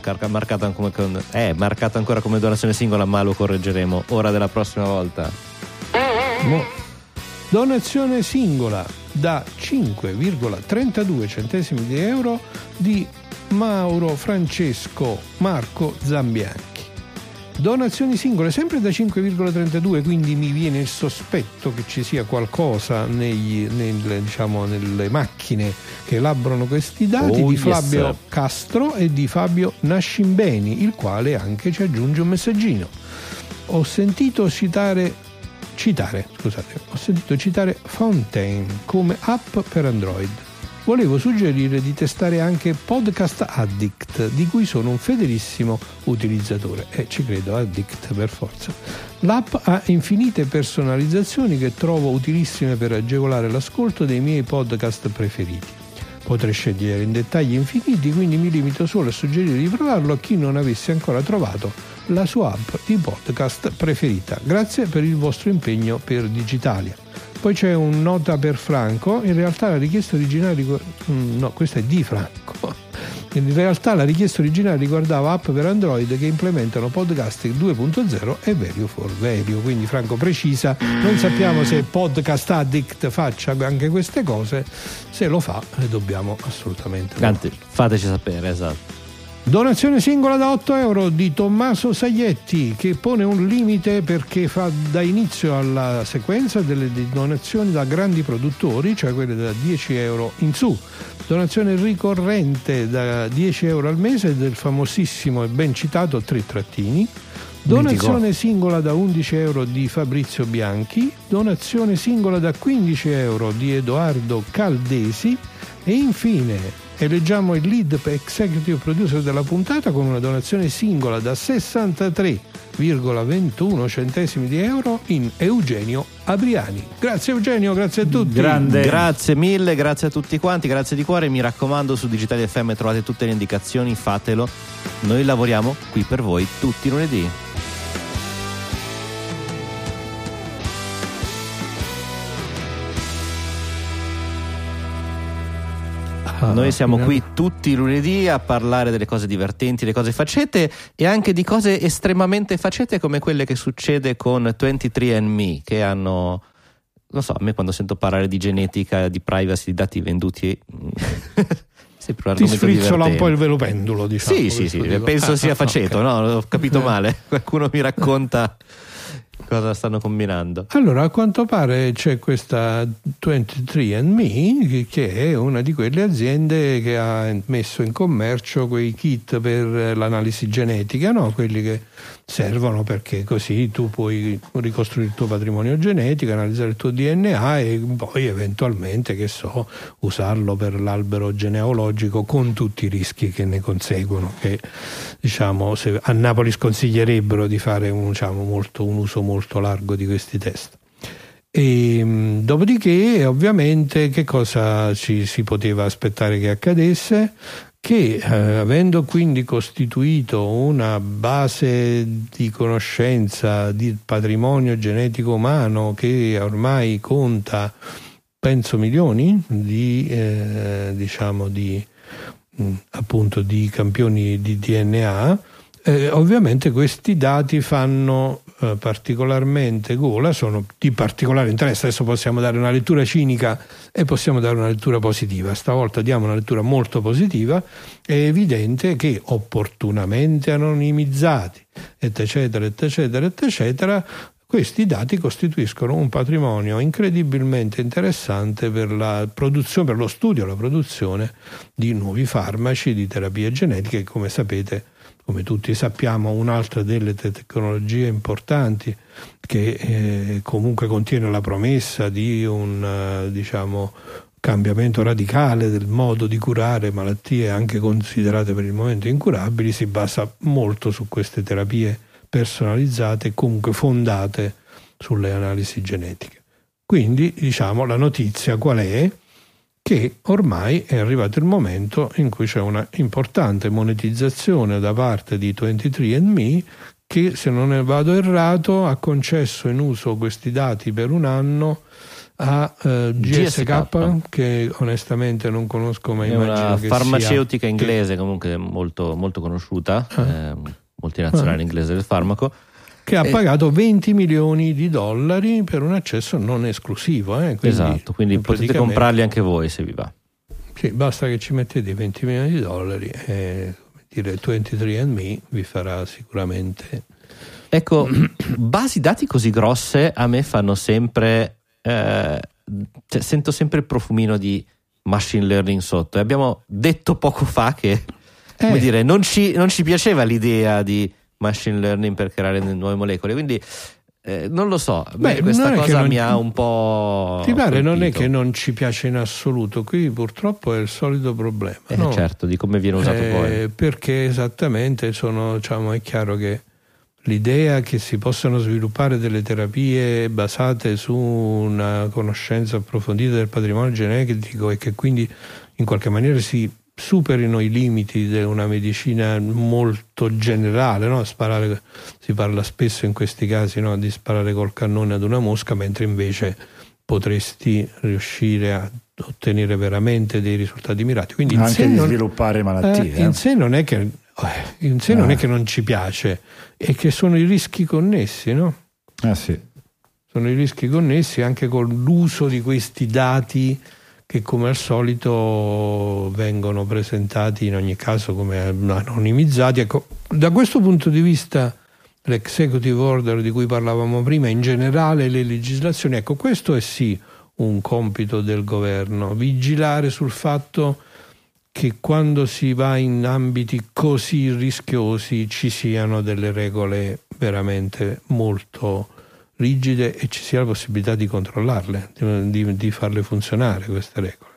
è marcato ancora come donazione singola, ma lo correggeremo ora della prossima volta. Donazione singola da 5,32 centesimi di euro di Mauro Francesco Marco Zambianchi. Donazioni singole sempre da 5,32, quindi mi viene il sospetto che ci sia qualcosa nelle macchine che elaborano questi dati, di Flavio Castro e di Fabio Nascimbeni, il quale anche ci aggiunge un messaggino. Ho sentito citare Fountain come app per Android. Volevo suggerire di testare anche Podcast Addict, di cui sono un fedelissimo utilizzatore. Ci credo, Addict per forza. L'app ha infinite personalizzazioni che trovo utilissime per agevolare l'ascolto dei miei podcast preferiti. Potrei scegliere in dettagli infiniti, quindi mi limito solo a suggerire di provarlo a chi non avesse ancora trovato la sua app di podcast preferita. Grazie per il vostro impegno per Digitalia. Poi c'è un nota per Franco, in realtà la richiesta originale no, questa è di Franco. In realtà la richiesta originale riguardava app per Android che implementano Podcasting 2.0 e Value for Value. Quindi Franco precisa, non sappiamo se Podcast Addict faccia anche queste cose, se lo fa dobbiamo assolutamente fateci sapere, esatto. Donazione singola da 8 euro di Tommaso Saglietti, che pone un limite perché da inizio alla sequenza delle donazioni da grandi produttori, cioè quelle da 10 euro in su. Donazione ricorrente da 10 euro al mese del famosissimo e ben citato Tre Trattini. Donazione singola da 11 euro di Fabrizio Bianchi. Donazione singola da 15 euro di Edoardo Caldesi. E infine eleggiamo il lead executive producer della puntata con una donazione singola da 63,21 centesimi di euro in Eugenio Abriani. Grazie Eugenio, grazie a tutti. Grande. Grazie mille, grazie a tutti quanti, grazie di cuore. Mi raccomando, su Digitale FM trovate tutte le indicazioni, fatelo. Noi lavoriamo qui per voi tutti i lunedì. Noi siamo qui tutti i lunedì a parlare delle cose divertenti, le cose facete e anche di cose estremamente facete come quelle che succede con 23andMe, che hanno, non so, a me quando sento parlare di genetica, di privacy, di dati venduti ti sfrizzola un po' il velo pendulo, diciamo. Sì, penso sia faceto, okay. No, ho capito male, qualcuno mi racconta cosa stanno combinando. Allora, a quanto pare c'è questa 23andMe che è una di quelle aziende che ha messo in commercio quei kit per l'analisi genetica, no? Quelli che servono perché così tu puoi ricostruire il tuo patrimonio genetico, analizzare il tuo DNA e poi eventualmente, che so, usarlo per l'albero genealogico con tutti i rischi che ne conseguono, che diciamo a Napoli sconsiglierebbero di fare un uso molto largo di questi test. E dopodiché ovviamente che cosa ci si poteva aspettare che accadesse? Che avendo quindi costituito una base di conoscenza di patrimonio genetico umano che ormai conta penso milioni di campioni di DNA, ovviamente questi dati fanno particolarmente gola, sono di particolare interesse. Adesso possiamo dare una lettura cinica e possiamo dare una lettura positiva. Stavolta diamo una lettura molto positiva. È evidente che opportunamente anonimizzati, eccetera, questi dati costituiscono un patrimonio incredibilmente interessante per la produzione, per lo studio e la produzione di nuovi farmaci, di terapie genetiche, come sapete, come tutti sappiamo, un'altra delle tecnologie importanti che comunque contiene la promessa di un cambiamento radicale del modo di curare malattie anche considerate per il momento incurabili, si basa molto su queste terapie personalizzate e comunque fondate sulle analisi genetiche. Quindi la notizia qual è? Che ormai è arrivato il momento in cui c'è una importante monetizzazione da parte di 23andMe che, se non ne vado errato, ha concesso in uso questi dati per un anno a GSK, che onestamente non conosco, ma immagino una che farmaceutica sia inglese comunque molto, molto conosciuta, multinazionale inglese del farmaco, che ha pagato $20 milioni per un accesso non esclusivo. Quindi, esatto, quindi potete comprarli anche voi se vi va. Sì, basta che ci mettete $20 milioni e 23andMe vi farà sicuramente. Ecco, basi dati così grosse a me fanno sempre sento sempre il profumino di machine learning sotto, e abbiamo detto poco fa che come dire, non ci piaceva l'idea di machine learning per creare nuove molecole, quindi non lo so, questa cosa mi ha un po' ti pare colpito. Non è che non ci piace in assoluto, qui purtroppo è il solito problema, certo, di come viene usato poi, perché esattamente è chiaro che l'idea che si possano sviluppare delle terapie basate su una conoscenza approfondita del patrimonio genetico e che quindi in qualche maniera si superino i limiti di una medicina molto generale, no? Sparare, si parla spesso in questi casi, no? Di sparare col cannone ad una mosca, mentre invece potresti riuscire a ottenere veramente dei risultati mirati. Quindi anche di sviluppare malattie. In sé non è che non è che non ci piace, è che sono i rischi connessi, no? Sì. Sono i rischi connessi anche con l'uso di questi dati che come al solito vengono presentati in ogni caso come anonimizzati. Ecco, da questo punto di vista l'executive order di cui parlavamo prima, in generale le legislazioni, ecco, questo è sì un compito del governo, vigilare sul fatto che quando si va in ambiti così rischiosi ci siano delle regole veramente molto rigide e ci sia la possibilità di controllarle, di farle funzionare queste regole.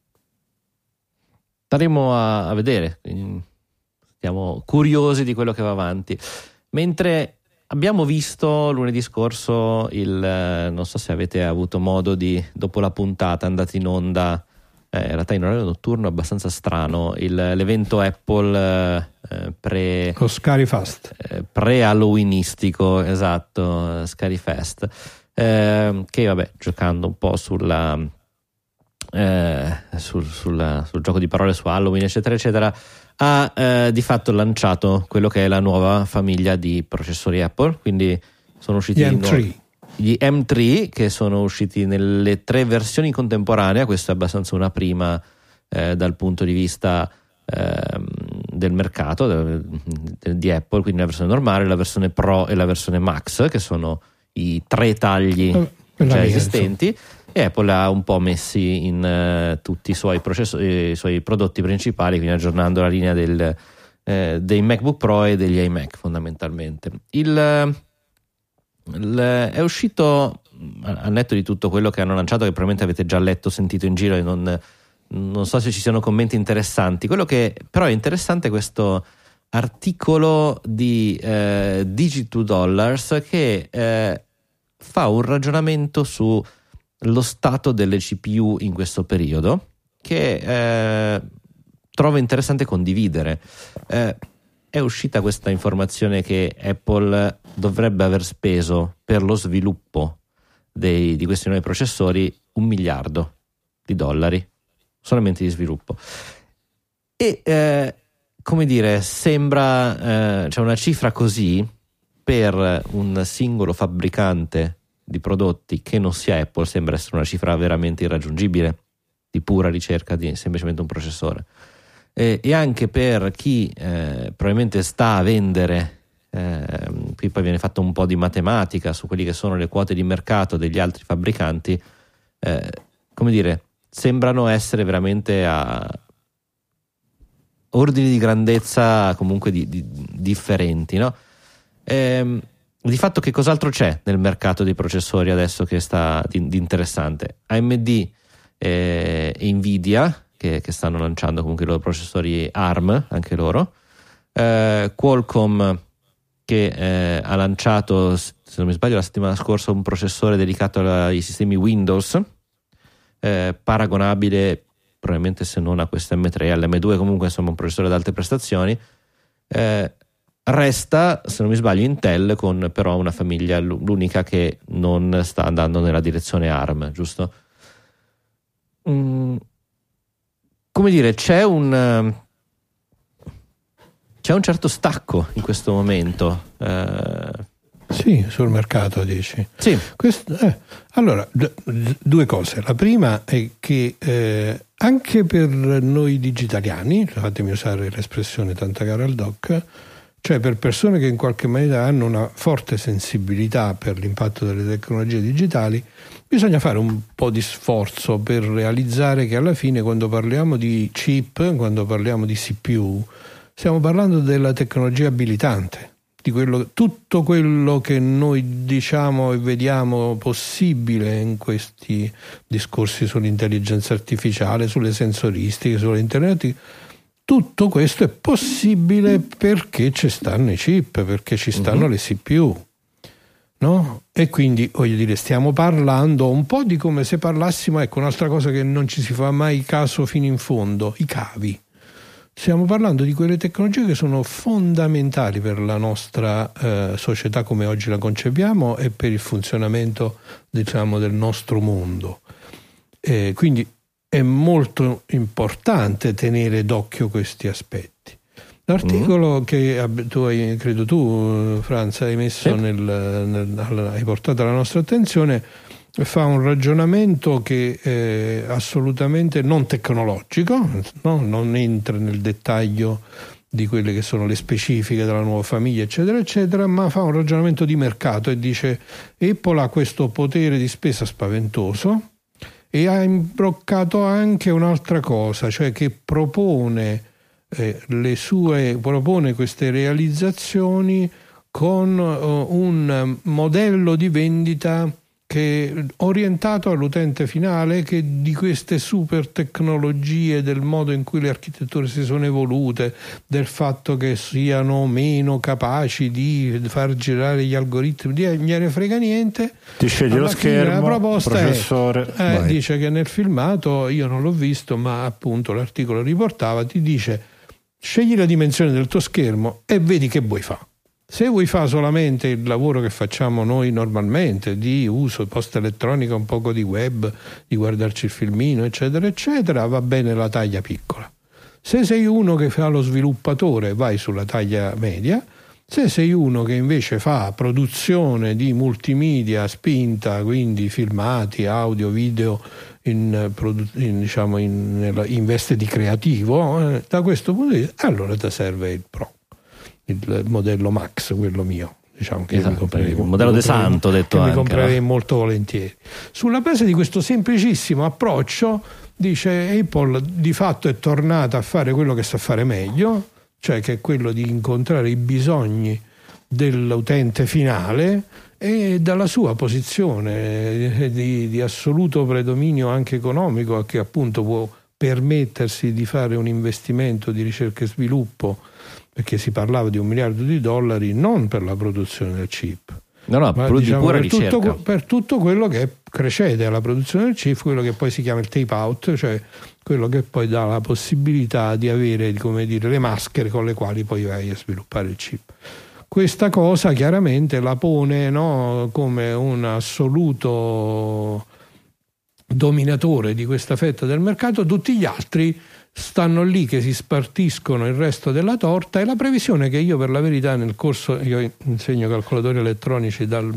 Staremo a vedere, siamo curiosi di quello che va avanti. Mentre abbiamo visto lunedì scorso non so se avete avuto modo di, dopo la puntata andata in onda, in realtà in orario notturno abbastanza strano, l'evento Apple lo Scarifest, pre-halloweenistico, esatto, Scarifest, che vabbè, giocando un po' sul gioco di parole su Halloween eccetera eccetera, ha di fatto lanciato quello che è la nuova famiglia di processori Apple, quindi sono usciti gli M3 che sono usciti nelle 3 versioni contemporanee. Questo è abbastanza una prima dal punto di vista del mercato di Apple, quindi la versione normale, la versione Pro e la versione Max, che sono i 3 tagli già esistenti, e Apple ha un po' messi in tutti i suoi prodotti principali, quindi aggiornando la linea dei MacBook Pro e degli iMac fondamentalmente. È uscito, al netto di tutto quello che hanno lanciato, che probabilmente avete già letto, sentito in giro, e non so se ci siano commenti interessanti. Quello che però è interessante è questo articolo di Digi2Dollars che fa un ragionamento sullo stato delle CPU in questo periodo, che trovo interessante condividere. È uscita questa informazione che Apple dovrebbe aver speso per lo sviluppo di questi nuovi processori $1 miliardo solamente di sviluppo, e come dire, sembra c'è una cifra così per un singolo fabbricante di prodotti che non sia Apple, sembra essere una cifra veramente irraggiungibile di pura ricerca di semplicemente un processore. E anche per chi probabilmente sta a vendere, qui poi viene fatto un po' di matematica su quelli che sono le quote di mercato degli altri fabbricanti, come dire, sembrano essere veramente a ordini di grandezza comunque differenti, no? Di fatto che cos'altro c'è nel mercato dei processori adesso che sta di interessante? AMD e Nvidia che stanno lanciando comunque i loro processori ARM, anche loro, Qualcomm che ha lanciato, se non mi sbaglio, la settimana scorsa un processore dedicato ai sistemi Windows, paragonabile probabilmente, se non a questo M3, all'M2, comunque insomma un processore ad alte prestazioni. Resta, se non mi sbaglio, Intel, con però una famiglia, l'unica che non sta andando nella direzione ARM, giusto? Come dire, c'è un certo stacco in questo momento. Sì, sul mercato dici. Sì. Allora, 2 cose. La prima è che anche per noi digitaliani, fatemi usare l'espressione tanta cara al doc, cioè per persone che in qualche maniera hanno una forte sensibilità per l'impatto delle tecnologie digitali, bisogna fare un po' di sforzo per realizzare che alla fine, quando parliamo di chip, quando parliamo di CPU, stiamo parlando della tecnologia abilitante, di tutto quello che noi diciamo e vediamo possibile in questi discorsi sull'intelligenza artificiale, sulle sensoristiche, sull'internet, tutto questo è possibile perché ci stanno i chip, perché ci stanno le CPU, no? E quindi, voglio dire, stiamo parlando un po' di come se parlassimo, ecco, un'altra cosa che non ci si fa mai caso fino in fondo, i cavi. Stiamo parlando di quelle tecnologie che sono fondamentali per la nostra società come oggi la concepiamo e per il funzionamento, diciamo, del nostro mondo. Quindi è molto importante tenere d'occhio questi aspetti. L'articolo che credo tu, Franz, hai messo hai portato alla nostra attenzione, fa un ragionamento che è assolutamente non tecnologico, no? Non entra nel dettaglio di quelle che sono le specifiche della nuova famiglia, eccetera, eccetera, ma fa un ragionamento di mercato e dice: Apple ha questo potere di spesa spaventoso e ha imbroccato anche un'altra cosa, cioè che propone queste realizzazioni con un modello di vendita che è orientato all'utente finale, che di queste super tecnologie, del modo in cui le architetture si sono evolute, del fatto che siano meno capaci di far girare gli algoritmi, non gliene frega niente. Ti scegli lo schermo, la proposta processore, dice che nel filmato, io non l'ho visto, ma appunto l'articolo riportava, ti dice: scegli la dimensione del tuo schermo e vedi che vuoi fare. Se vuoi fare solamente il lavoro che facciamo noi normalmente, di uso posta elettronica, un poco di web, di guardarci il filmino, eccetera, eccetera, va bene la taglia piccola. Se sei uno che fa lo sviluppatore, vai sulla taglia media. Se sei uno che invece fa produzione di multimedia spinta, quindi filmati, audio, video, in veste di creativo, da questo punto di vista, allora ti serve il Pro, il modello Max, quello mio, diciamo, che il modello De Santo, detto anche, mi comprerei molto volentieri. Sulla base di questo semplicissimo approccio, dice, Apple di fatto è tornata a fare quello che sa fare meglio, cioè che è quello di incontrare i bisogni dell'utente finale, e dalla sua posizione di assoluto predominio anche economico, che appunto può permettersi di fare un investimento di ricerca e sviluppo, perché si parlava di $1 miliardo, non per la produzione del chip, ma diciamo, pura ricerca, per tutto quello che precede alla produzione del chip, quello che poi si chiama il tape out, cioè quello che poi dà la possibilità di avere, come dire, le maschere con le quali poi vai a sviluppare il chip. Questa cosa chiaramente la pone, no, come un assoluto dominatore di questa fetta del mercato. Tutti gli altri stanno lì che si spartiscono il resto della torta, e la previsione che io, per la verità, nel corso, io insegno calcolatori elettronici dal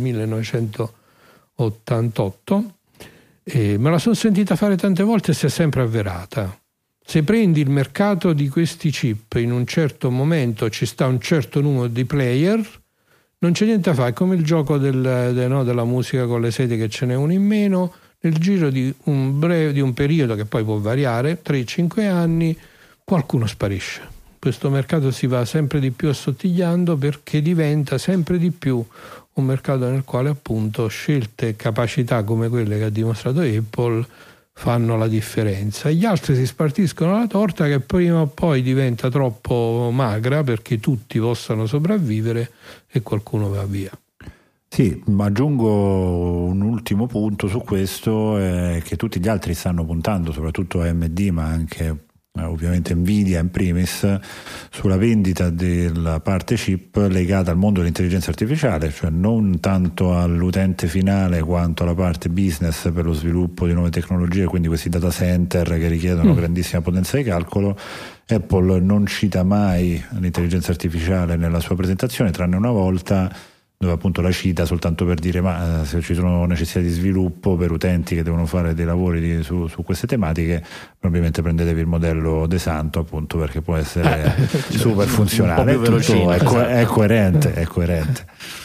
1988, me la sono sentita fare tante volte e si è sempre avverata. Se prendi il mercato di questi chip, in un certo momento ci sta un certo numero di player, non c'è niente da fare, è come il gioco della musica con le sedie, che ce n'è uno in meno. Nel giro di un periodo che poi può variare, 3-5 anni, qualcuno sparisce. Questo mercato si va sempre di più assottigliando, perché diventa sempre di più un mercato nel quale appunto scelte e capacità come quelle che ha dimostrato Apple fanno la differenza. Gli altri si spartiscono la torta, che prima o poi diventa troppo magra perché tutti possano sopravvivere, e qualcuno va via. Sì, aggiungo un ultimo punto su questo, che tutti gli altri stanno puntando, soprattutto AMD, ma anche ovviamente Nvidia in primis, sulla vendita della parte chip legata al mondo dell'intelligenza artificiale, cioè non tanto all'utente finale quanto alla parte business per lo sviluppo di nuove tecnologie, quindi questi data center che richiedono grandissima potenza di calcolo. Apple non cita mai l'intelligenza artificiale nella sua presentazione, tranne una volta, dove appunto la cita soltanto per dire: ma se ci sono necessità di sviluppo per utenti che devono fare dei lavori su queste tematiche, ovviamente prendetevi il modello De Santo, appunto, perché può essere super funzionale, è coerente.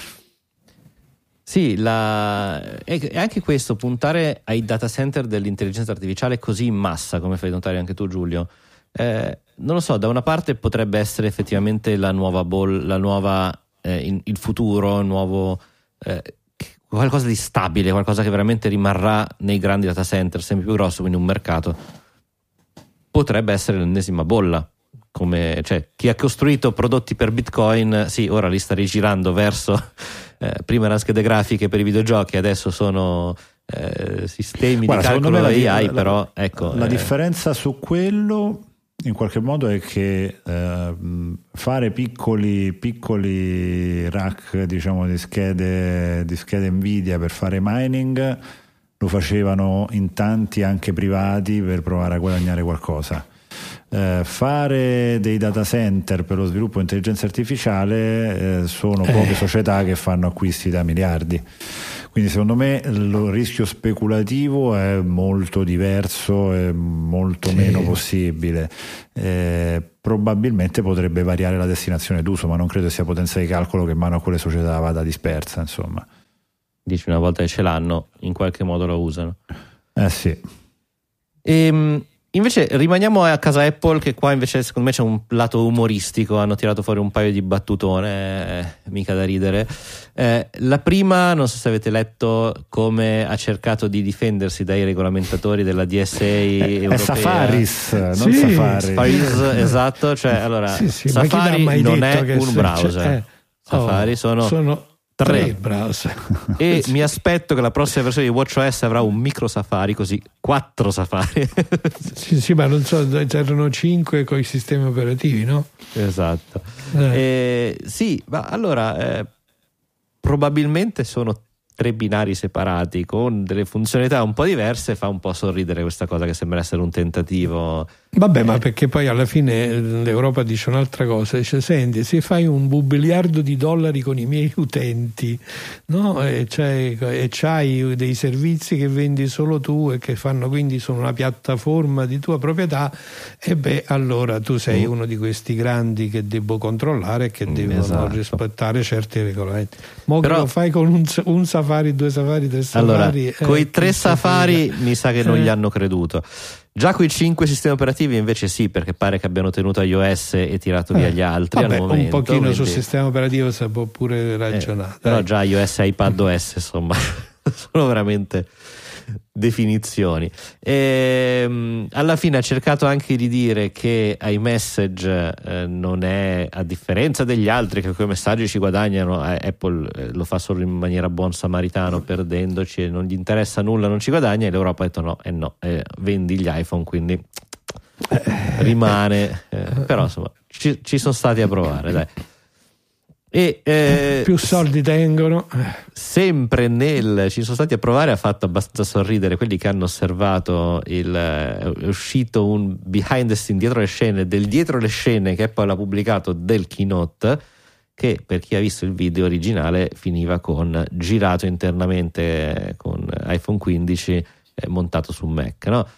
Sì, e anche questo, puntare ai data center dell'intelligenza artificiale così in massa, come fai notare anche tu, Giulio, non lo so, da una parte potrebbe essere effettivamente la nuova il futuro nuovo, qualcosa di stabile, qualcosa che veramente rimarrà nei grandi data center sempre più grossi, quindi un mercato. Potrebbe essere l'ennesima bolla, come, cioè, chi ha costruito prodotti per Bitcoin, sì, ora li sta rigirando verso prima erano schede grafiche per i videogiochi, adesso sono sistemi di calcolo AI, però ecco, la differenza su quello in qualche modo è che fare piccoli rack, diciamo, di schede Nvidia per fare mining lo facevano in tanti anche privati per provare a guadagnare qualcosa. Fare dei data center per lo sviluppo di intelligenza artificiale sono poche società che fanno acquisti da miliardi, quindi secondo me il rischio speculativo è molto diverso e molto meno possibile. Probabilmente potrebbe variare la destinazione d'uso, ma non credo sia potenza di calcolo che in mano a quelle società vada dispersa, insomma. Dici, una volta che ce l'hanno, in qualche modo lo usano. Sì. Invece rimaniamo a casa Apple, che qua invece secondo me c'è un lato umoristico, hanno tirato fuori un paio di battutone, mica da ridere. La prima, non so se avete letto come ha cercato di difendersi dai regolamentatori della DSA europea. È Safaris, non Safaris. Esatto, cioè allora Safari non è un browser, Safari sono 3 browser. E mi aspetto che la prossima versione di WatchOS avrà un micro Safari, così 4 Safari. sì, ma non so, c'erano 5 con i sistemi operativi, no? Esatto. Sì, ma allora probabilmente sono 3 binari separati con delle funzionalità un po' diverse. Fa un po' sorridere questa cosa, che sembra essere un tentativo. Vabbè, ma perché poi alla fine l'Europa dice un'altra cosa, dice: senti, se fai $1 biliardo con i miei utenti, no? E c'hai dei servizi che vendi solo tu e che fanno, quindi sono una piattaforma di tua proprietà, e allora tu sei uno di questi grandi che devo controllare e che devono rispettare certi regolamenti. Mo però, che lo fai con un Safari, 2 Safari, 3 Safari, con i 3 Safari mi sa che non gli hanno creduto. Già con i 5 sistemi operativi invece sì, perché pare che abbiano tenuto iOS e tirato via gli altri. Vabbè, al momento, un pochino quindi sul sistema operativo si può pure ragionare. Però già iOS e iPadOS, insomma, sono veramente definizioni. Alla fine ha cercato anche di dire che iMessage non è, a differenza degli altri che con i messaggi ci guadagnano, Apple lo fa solo in maniera buon samaritano, perdendoci, e non gli interessa nulla, non ci guadagna, e l'Europa ha detto no, vendi gli iPhone, quindi rimane, però insomma ci sono stati a provare, dai. E più soldi tengono. Sempre ci sono stati a provare, ha fatto abbastanza sorridere quelli che hanno osservato è uscito un behind the scene, dietro le scene che Apple ha pubblicato del keynote, che per chi ha visto il video originale finiva con girato internamente con iPhone 15 montato su Mac, no?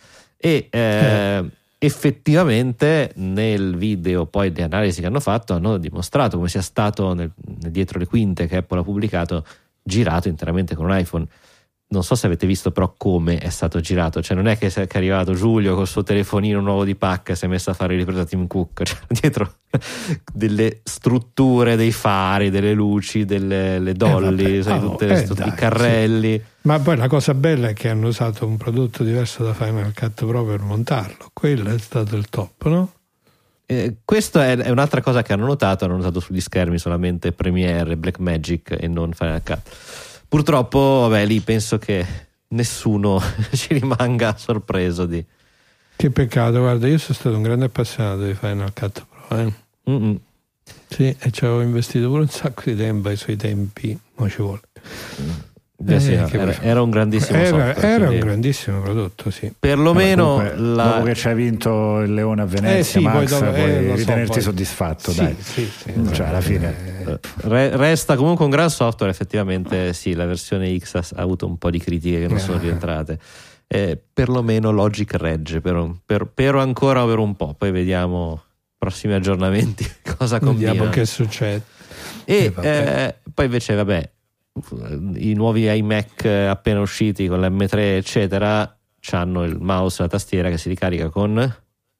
Effettivamente nel video, poi le analisi che hanno fatto hanno dimostrato come sia stato nel dietro le quinte che Apple ha pubblicato, girato interamente con un iPhone. Non so se avete visto però come è stato girato, cioè non è che è arrivato Giulio col suo telefonino nuovo di pacca e si è messo a fare ripresa Tim Cook, cioè dietro delle strutture, dei fari, delle luci, delle dolly, tutti i carrelli. Sì. Ma poi la cosa bella è che hanno usato un prodotto diverso da Final Cut Pro per montarlo, quello è stato il top, no? Questa è un'altra cosa che hanno notato sugli schermi solamente Premiere, Blackmagic e non Final Cut. Purtroppo, lì penso che nessuno ci rimanga sorpreso di. Che peccato, guarda, io sono stato un grande appassionato di Final Cut Pro. Sì, e ci avevo investito pure un sacco di tempo ai suoi tempi, ma ci vuole. Era un grandissimo software, era un grandissimo prodotto, sì. Perlomeno dopo che ci hai vinto il Leone a Venezia, Max, puoi ritenerti soddisfatto, dai. Sì, cioè alla fine resta comunque un gran software, effettivamente. Sì, la versione X ha avuto un po' di critiche che non sono rientrate. Perlomeno Logic regge per ancora per un po', poi vediamo prossimi aggiornamenti cosa combina. Vediamo che succede. Poi invece i nuovi iMac appena usciti con l'M3 eccetera hanno il mouse e la tastiera che si ricarica con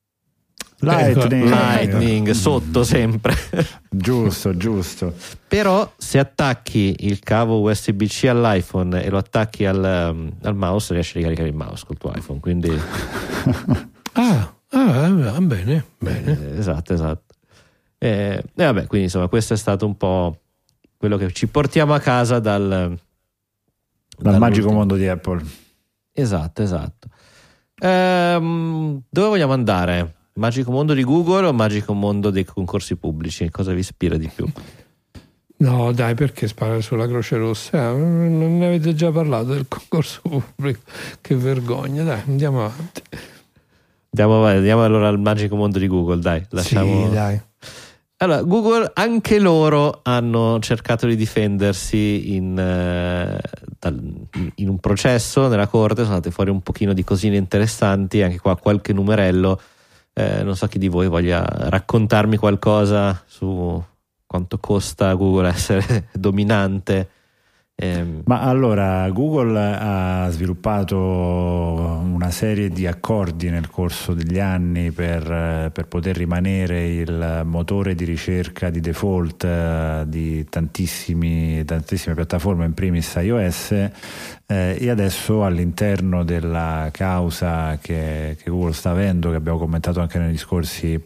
Lightning sotto sempre. giusto. Però se attacchi il cavo USB-C all'iPhone e lo attacchi al mouse, riesci a ricaricare il mouse col tuo iPhone, quindi Bene. Esatto. E vabbè, quindi insomma questo è stato un po' quello che ci portiamo a casa dal magico mondo di Apple. Esatto. Dove vogliamo andare? Magico mondo di Google o magico mondo dei concorsi pubblici? Cosa vi ispira di più? No, dai, perché sparare sulla Croce Rossa? Non ne avete già parlato del concorso pubblico? Che vergogna, dai, andiamo avanti. Andiamo allora al magico mondo di Google, dai. Sì, dai. Allora, Google, anche loro hanno cercato di difendersi in un processo nella corte, sono andate fuori un pochino di cosine interessanti, anche qua qualche numerello. Non so chi di voi voglia raccontarmi qualcosa su quanto costa Google essere dominante. Ma allora, Google ha sviluppato una serie di accordi nel corso degli anni per poter rimanere il motore di ricerca di default di tantissime piattaforme, in primis iOS, e adesso all'interno della causa che Google sta avendo, che abbiamo commentato anche negli scorsi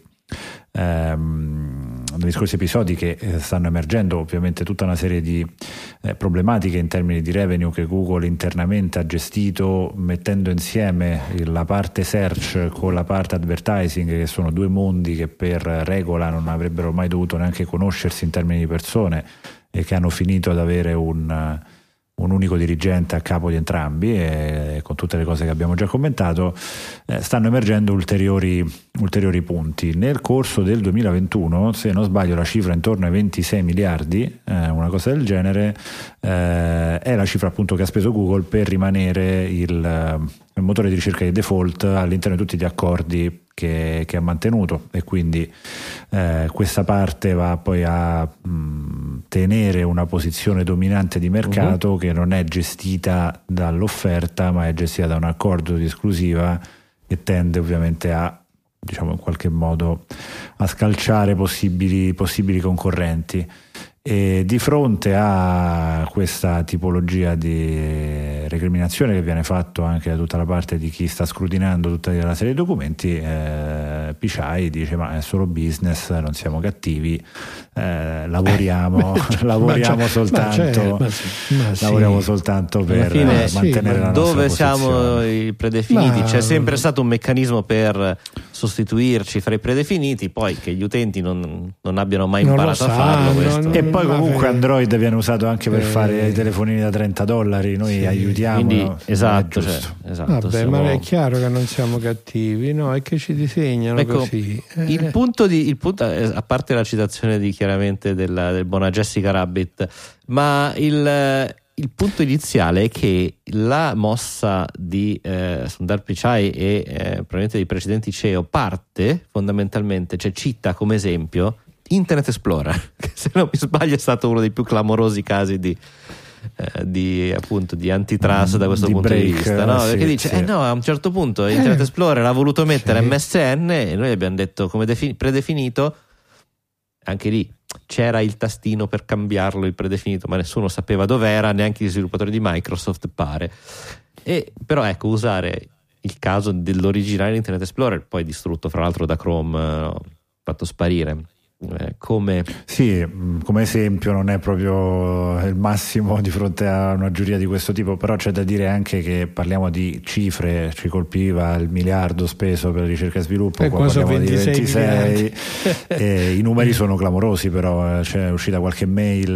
episodi, che stanno emergendo ovviamente tutta una serie di problematiche in termini di revenue che Google internamente ha gestito, mettendo insieme la parte search con la parte advertising, che sono due mondi che per regola non avrebbero mai dovuto neanche conoscersi in termini di persone, e che hanno finito ad avere un unico dirigente a capo di entrambi, e con tutte le cose che abbiamo già commentato stanno emergendo ulteriori punti. Nel corso del 2021, se non sbaglio la cifra intorno ai 26 miliardi, una cosa del genere, è la cifra appunto che ha speso Google per rimanere il motore di ricerca di default all'interno di tutti gli accordi che ha mantenuto, e quindi questa parte va poi a tenere una posizione dominante di mercato che non è gestita dall'offerta, ma è gestita da un accordo di esclusiva che tende ovviamente a, diciamo, in qualche modo a scalciare possibili concorrenti. E di fronte a questa tipologia di recriminazione che viene fatto anche da tutta la parte di chi sta scrutinando tutta la serie di documenti, Pichai dice: ma è solo business, non siamo cattivi, lavoriamo soltanto per mantenere la nostra dove posizione. Siamo i predefiniti, c'è sempre stato un meccanismo per sostituirci fra i predefiniti, poi che gli utenti non abbiano mai imparato a farlo, questo. Poi comunque Android viene usato anche per fare i telefonini da $30, noi aiutiamo. Quindi, esatto. Vabbè, ma è chiaro che non siamo cattivi, no? È che ci disegnano così. Il punto, a parte la citazione chiaramente del buona Jessica Rabbit, ma il punto iniziale è che la mossa di Sundar Pichai e probabilmente dei precedenti CEO parte fondamentalmente, cioè cita come esempio Internet Explorer, che se non mi sbaglio è stato uno dei più clamorosi casi di antitrust da questo punto di vista, no? Perché dice no, a un certo punto Internet Explorer ha voluto mettere MSN e noi abbiamo detto come predefinito. Anche lì c'era il tastino per cambiarlo, il predefinito, ma nessuno sapeva dov'era, neanche gli sviluppatori di Microsoft, pare. E però ecco, usare il caso dell'originale Internet Explorer, poi distrutto fra l'altro da Chrome, fatto sparire, come esempio non è proprio il massimo di fronte a una giuria di questo tipo, però c'è da dire anche che parliamo di cifre, ci colpiva il miliardo speso per ricerca e sviluppo, qua parliamo di 26 i numeri sono clamorosi, però c'è uscita qualche mail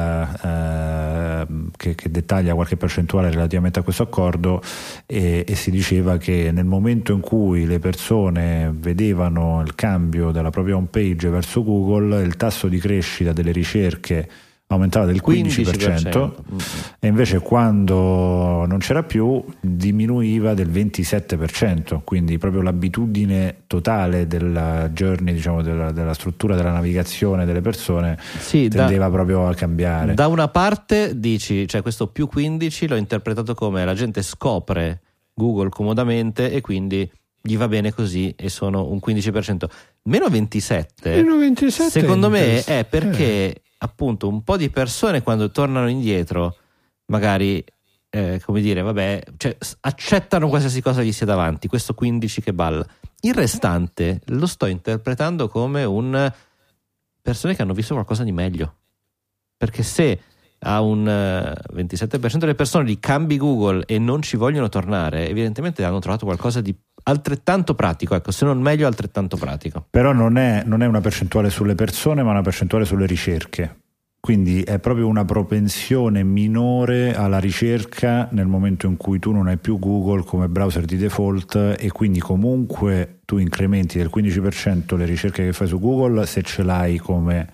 che dettaglia qualche percentuale relativamente a questo accordo, e si diceva che nel momento in cui le persone vedevano il cambio dalla propria home page verso Google, il tasso di crescita delle ricerche aumentava del 15%, e invece quando non c'era più diminuiva del 27%, quindi proprio l'abitudine totale della journey, diciamo della struttura della navigazione delle persone tendeva proprio a cambiare. Da una parte dici, cioè questo più 15 l'ho interpretato come la gente scopre Google comodamente e quindi gli va bene così, e sono un 15%. Meno 27 secondo me è perché appunto un po' di persone, quando tornano indietro, magari accettano qualsiasi cosa gli sia davanti, questo 15 che balla. Il restante lo sto interpretando come persone che hanno visto qualcosa di meglio, perché se a un 27% delle persone li cambi Google e non ci vogliono tornare, evidentemente hanno trovato qualcosa di altrettanto pratico, ecco, se non meglio altrettanto pratico. Però non è una percentuale sulle persone, ma una percentuale sulle ricerche. Quindi è proprio una propensione minore alla ricerca nel momento in cui tu non hai più Google come browser di default, e quindi comunque tu incrementi del 15% le ricerche che fai su Google se ce l'hai come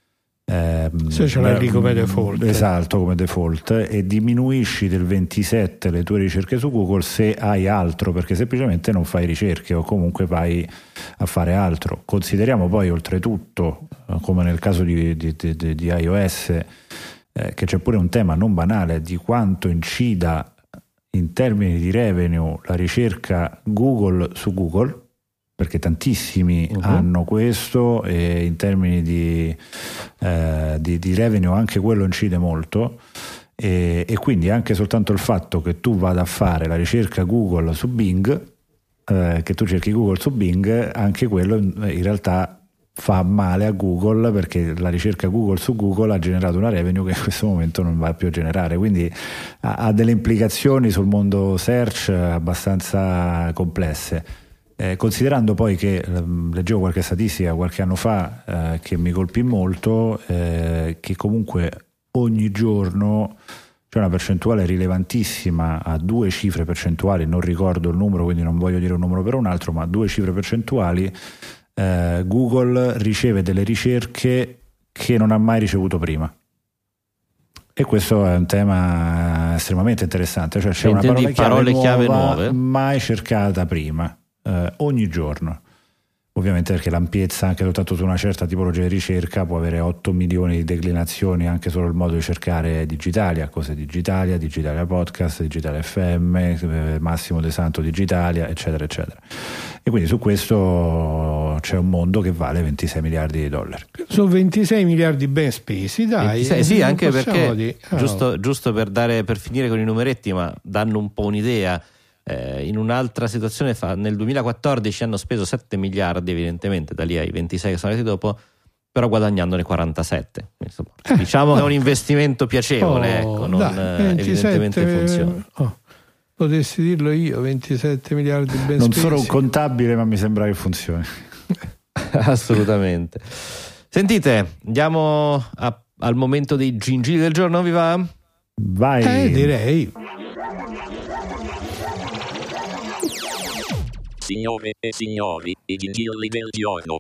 se ce l'hai lì come default. Esatto, come default, e diminuisci del 27% le tue ricerche su Google se hai altro, perché semplicemente non fai ricerche o comunque vai a fare altro. Consideriamo poi oltretutto, come nel caso di iOS, che c'è pure un tema non banale di quanto incida in termini di revenue la ricerca Google su Google, perché tantissimi hanno questo, e in termini di revenue anche quello incide molto, e quindi anche soltanto il fatto che tu vada a fare la ricerca Google su Bing, che tu cerchi Google su Bing, anche quello in realtà fa male a Google, perché la ricerca Google su Google ha generato una revenue che in questo momento non va più a generare, quindi ha delle implicazioni sul mondo search abbastanza complesse. Considerando poi che leggevo qualche statistica qualche anno fa che mi colpì molto, che comunque ogni giorno c'è una percentuale rilevantissima, a 2 cifre percentuali, non ricordo il numero quindi non voglio dire un numero per un altro, ma 2 cifre percentuali, Google riceve delle ricerche che non ha mai ricevuto prima. E questo è un tema estremamente interessante, cioè c'è una parola chiave nuova mai cercata prima. Ogni giorno, ovviamente, perché l'ampiezza anche soltanto su una certa tipologia di ricerca può avere 8 milioni di declinazioni, anche solo il modo di cercare Digitalia, cose Digitalia, Digitalia Podcast, Digitalia FM, Massimo De Santo Digitalia, eccetera eccetera. E quindi su questo c'è un mondo che vale 26 miliardi di dollari. Sono 26 miliardi ben spesi, dai. 26, sì, anche perché giusto per finire con i numeretti, ma danno un po' un'idea. In un'altra situazione nel 2014 hanno speso 7 miliardi, evidentemente da lì ai 26 che sono arrivati dopo, però guadagnandone 47. Insomma, diciamo che è un investimento piacevole, ecco, non 27, evidentemente funziona. Potessi dirlo io, 27 miliardi ben non spesi. Sono un contabile, ma mi sembra che funzioni. Assolutamente. Sentite, andiamo al momento dei gingilli del giorno, vi va? Vai. Direi. Signore e signori, i gingilli del giorno.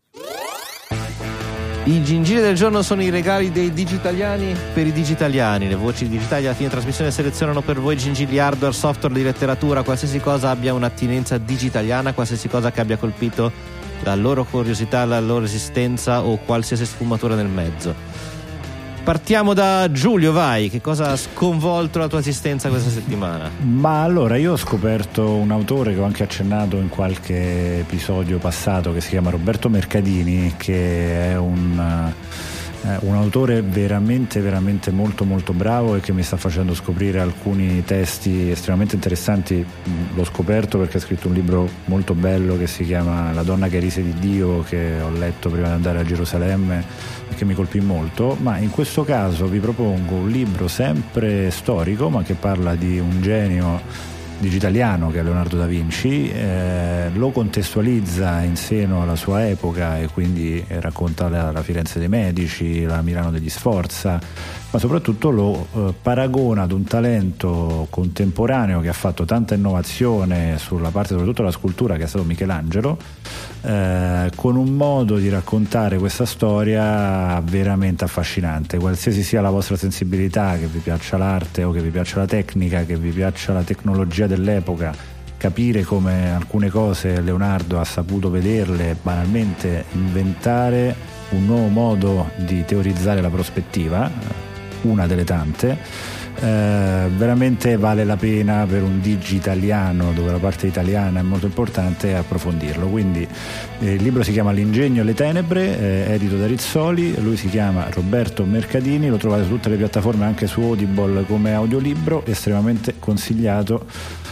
I gingilli del giorno sono i regali dei digitaliani per i digitaliani. Le voci digitali alla fine trasmissione selezionano per voi gingilli hardware, software, di letteratura, qualsiasi cosa abbia un'attinenza digitaliana, qualsiasi cosa che abbia colpito la loro curiosità, la loro esistenza o qualsiasi sfumatura nel mezzo. Partiamo da Giulio, vai, che cosa ha sconvolto la tua esistenza questa settimana? Ma allora, io ho scoperto un autore che ho anche accennato in qualche episodio passato, che si chiama Roberto Mercadini, che è un autore veramente veramente molto molto bravo e che mi sta facendo scoprire alcuni testi estremamente interessanti. L'ho scoperto perché ha scritto un libro molto bello che si chiama La donna che rise di Dio, che ho letto prima di andare a Gerusalemme e che mi colpì molto. Ma in questo caso vi propongo un libro sempre storico, ma che parla di un genio digitaliano che è Leonardo da Vinci, lo contestualizza in seno alla sua epoca e quindi racconta la Firenze dei Medici, la Milano degli Sforza, ma soprattutto lo paragona ad un talento contemporaneo che ha fatto tanta innovazione sulla parte soprattutto della scultura, che è stato Michelangelo, con un modo di raccontare questa storia veramente affascinante. Qualsiasi sia la vostra sensibilità, che vi piaccia l'arte o che vi piaccia la tecnica, che vi piaccia la tecnologia dell'epoca, capire come alcune cose Leonardo ha saputo vederle, banalmente inventare un nuovo modo di teorizzare la prospettiva, una delle tante. Veramente vale la pena per un digitaliano, dove la parte italiana è molto importante, approfondirlo. Quindi il libro si chiama L'ingegno e le tenebre, edito da Rizzoli. Lui si chiama Roberto Mercadini, lo trovate su tutte le piattaforme, anche su Audible come audiolibro, estremamente consigliato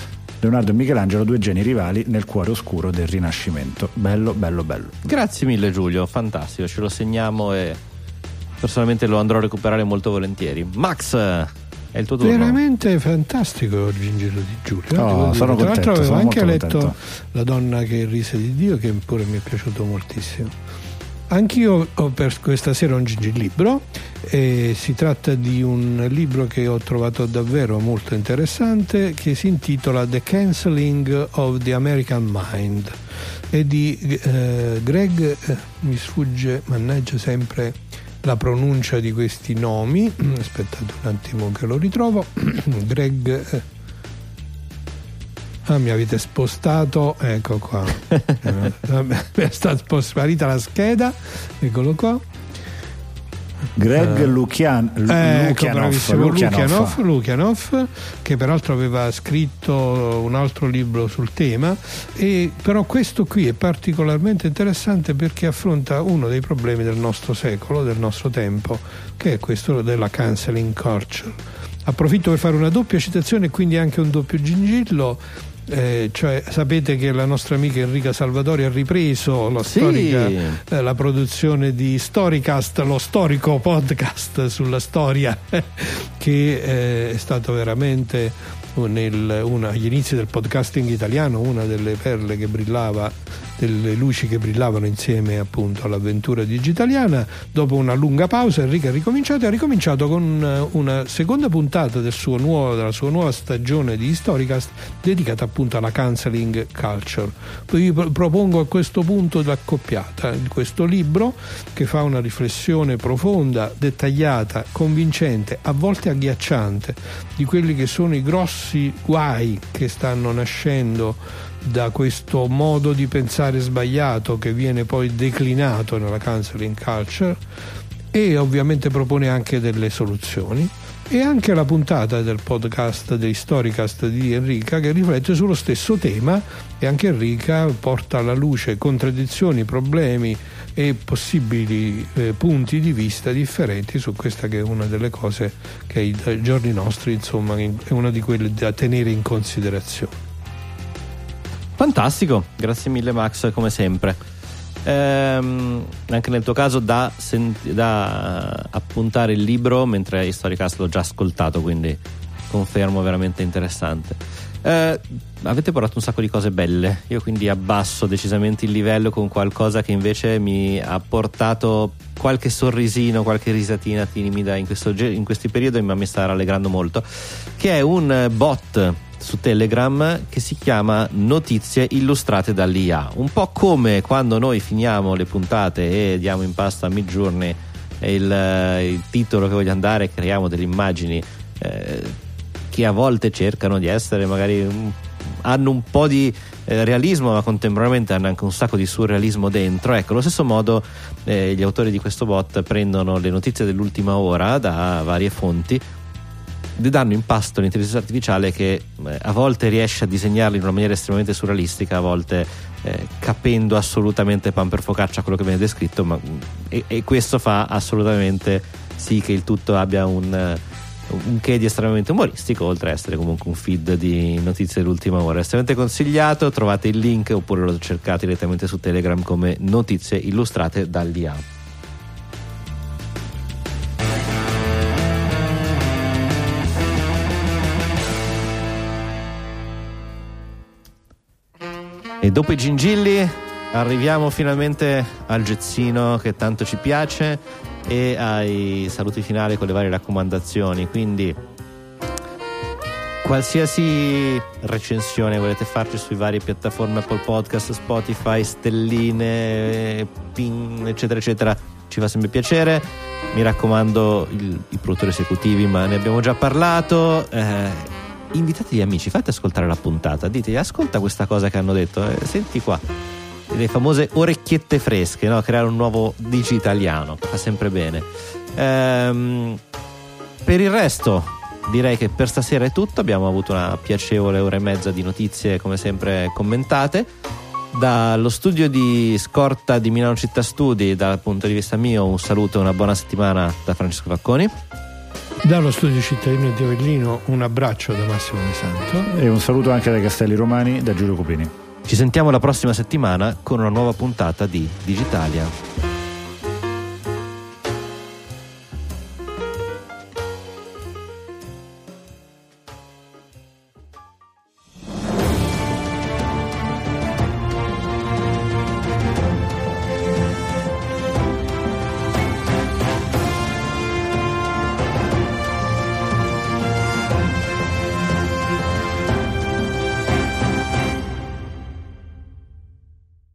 Leonardo e Michelangelo, due geni rivali nel cuore oscuro del Rinascimento. Bello. Grazie mille Giulio, fantastico, ce lo segniamo e personalmente lo andrò a recuperare molto volentieri. Max, è il tuo turno. Veramente fantastico il Gingillo di Giulio. Sono tra l'altro avevo anche letto contento. La donna che rise di Dio, che pure mi è piaciuto moltissimo. Anch'io ho per questa sera un gingillibro, e si tratta di un libro che ho trovato davvero molto interessante, che si intitola The Cancelling of the American Mind. È di Greg, mi sfugge, mannaggia sempre la pronuncia di questi nomi, aspettate un attimo che lo ritrovo. Greg, mi avete spostato, ecco qua. È stata sparita la scheda, eccolo qua. Greg Lukianoff, che peraltro aveva scritto un altro libro sul tema, e però questo qui è particolarmente interessante perché affronta uno dei problemi del nostro secolo, del nostro tempo, che è questo della canceling culture. Approfitto per fare una doppia citazione e quindi anche un doppio gingillo. Cioè, sapete che la nostra amica Enrica Salvatori ha ripreso la produzione di Storycast, lo storico podcast sulla storia che è stato veramente agli inizi del podcasting italiano una delle perle che brillava, delle luci che brillavano insieme appunto all'avventura digitaliana. Dopo una lunga pausa Enrica ha ricominciato con una seconda puntata della sua nuova stagione di Storycast dedicata appunto alla canceling culture. Poi vi propongo a questo punto l'accoppiata di questo libro, che fa una riflessione profonda, dettagliata, convincente, a volte agghiacciante, di quelli che sono i grossi guai che stanno nascendo da questo modo di pensare sbagliato che viene poi declinato nella canceling culture, e ovviamente propone anche delle soluzioni. E anche la puntata del podcast dei Storycast di Enrica, che riflette sullo stesso tema, e anche Enrica porta alla luce contraddizioni, problemi e possibili punti di vista differenti su questa che è una delle cose che ai giorni nostri, insomma, è una di quelle da tenere in considerazione. Fantastico, grazie mille Max, come sempre. Anche nel tuo caso da appuntare il libro, mentre Storycast l'ho già ascoltato, quindi confermo, veramente interessante. Avete portato un sacco di cose belle, io quindi abbasso decisamente il livello con qualcosa che invece mi ha portato qualche sorrisino, qualche risatina timida in questi periodi, ma mi sta rallegrando molto, che è un bot su Telegram che si chiama Notizie illustrate dall'IA, un po' come quando noi finiamo le puntate e diamo in pasto a Midjourney il titolo che vogliamo dare, creiamo delle immagini che a volte cercano di essere, magari hanno un po' di realismo, ma contemporaneamente hanno anche un sacco di surrealismo dentro. Ecco, allo stesso modo gli autori di questo bot prendono le notizie dell'ultima ora da varie fonti, danno in pasto l'intelligenza artificiale che a volte riesce a disegnarli in una maniera estremamente surrealistica, a volte capendo assolutamente pan per focaccia quello che viene descritto, e questo fa assolutamente sì che il tutto abbia un che di estremamente umoristico, oltre a essere comunque un feed di notizie dell'ultima ora. Estremamente consigliato, trovate il link oppure lo cercate direttamente su Telegram come Notizie illustrate dall'IA. E dopo i gingilli arriviamo finalmente al gezzino che tanto ci piace e ai saluti finali con le varie raccomandazioni. Quindi qualsiasi recensione volete farci sui varie piattaforme, Apple Podcast, Spotify, stelline, ping, eccetera eccetera, ci fa sempre piacere. Mi raccomando, i produttori esecutivi, ma ne abbiamo già parlato, invitate gli amici, fate ascoltare la puntata, ditegli ascolta questa cosa che hanno detto, senti qua, le famose orecchiette fresche, no? Creare un nuovo dici italiano fa sempre bene. Per il resto direi che per stasera è tutto. Abbiamo avuto una piacevole ora e mezza di notizie, come sempre commentate dallo studio di Scorta di Milano Città Studi. Dal punto di vista mio un saluto e una buona settimana da Francesco Facconi. Dallo studio cittadino di Avellino un abbraccio da Massimo De Santo e un saluto anche dai Castelli Romani da Giulio Cupini. Ci sentiamo la prossima settimana con una nuova puntata di Digitalia.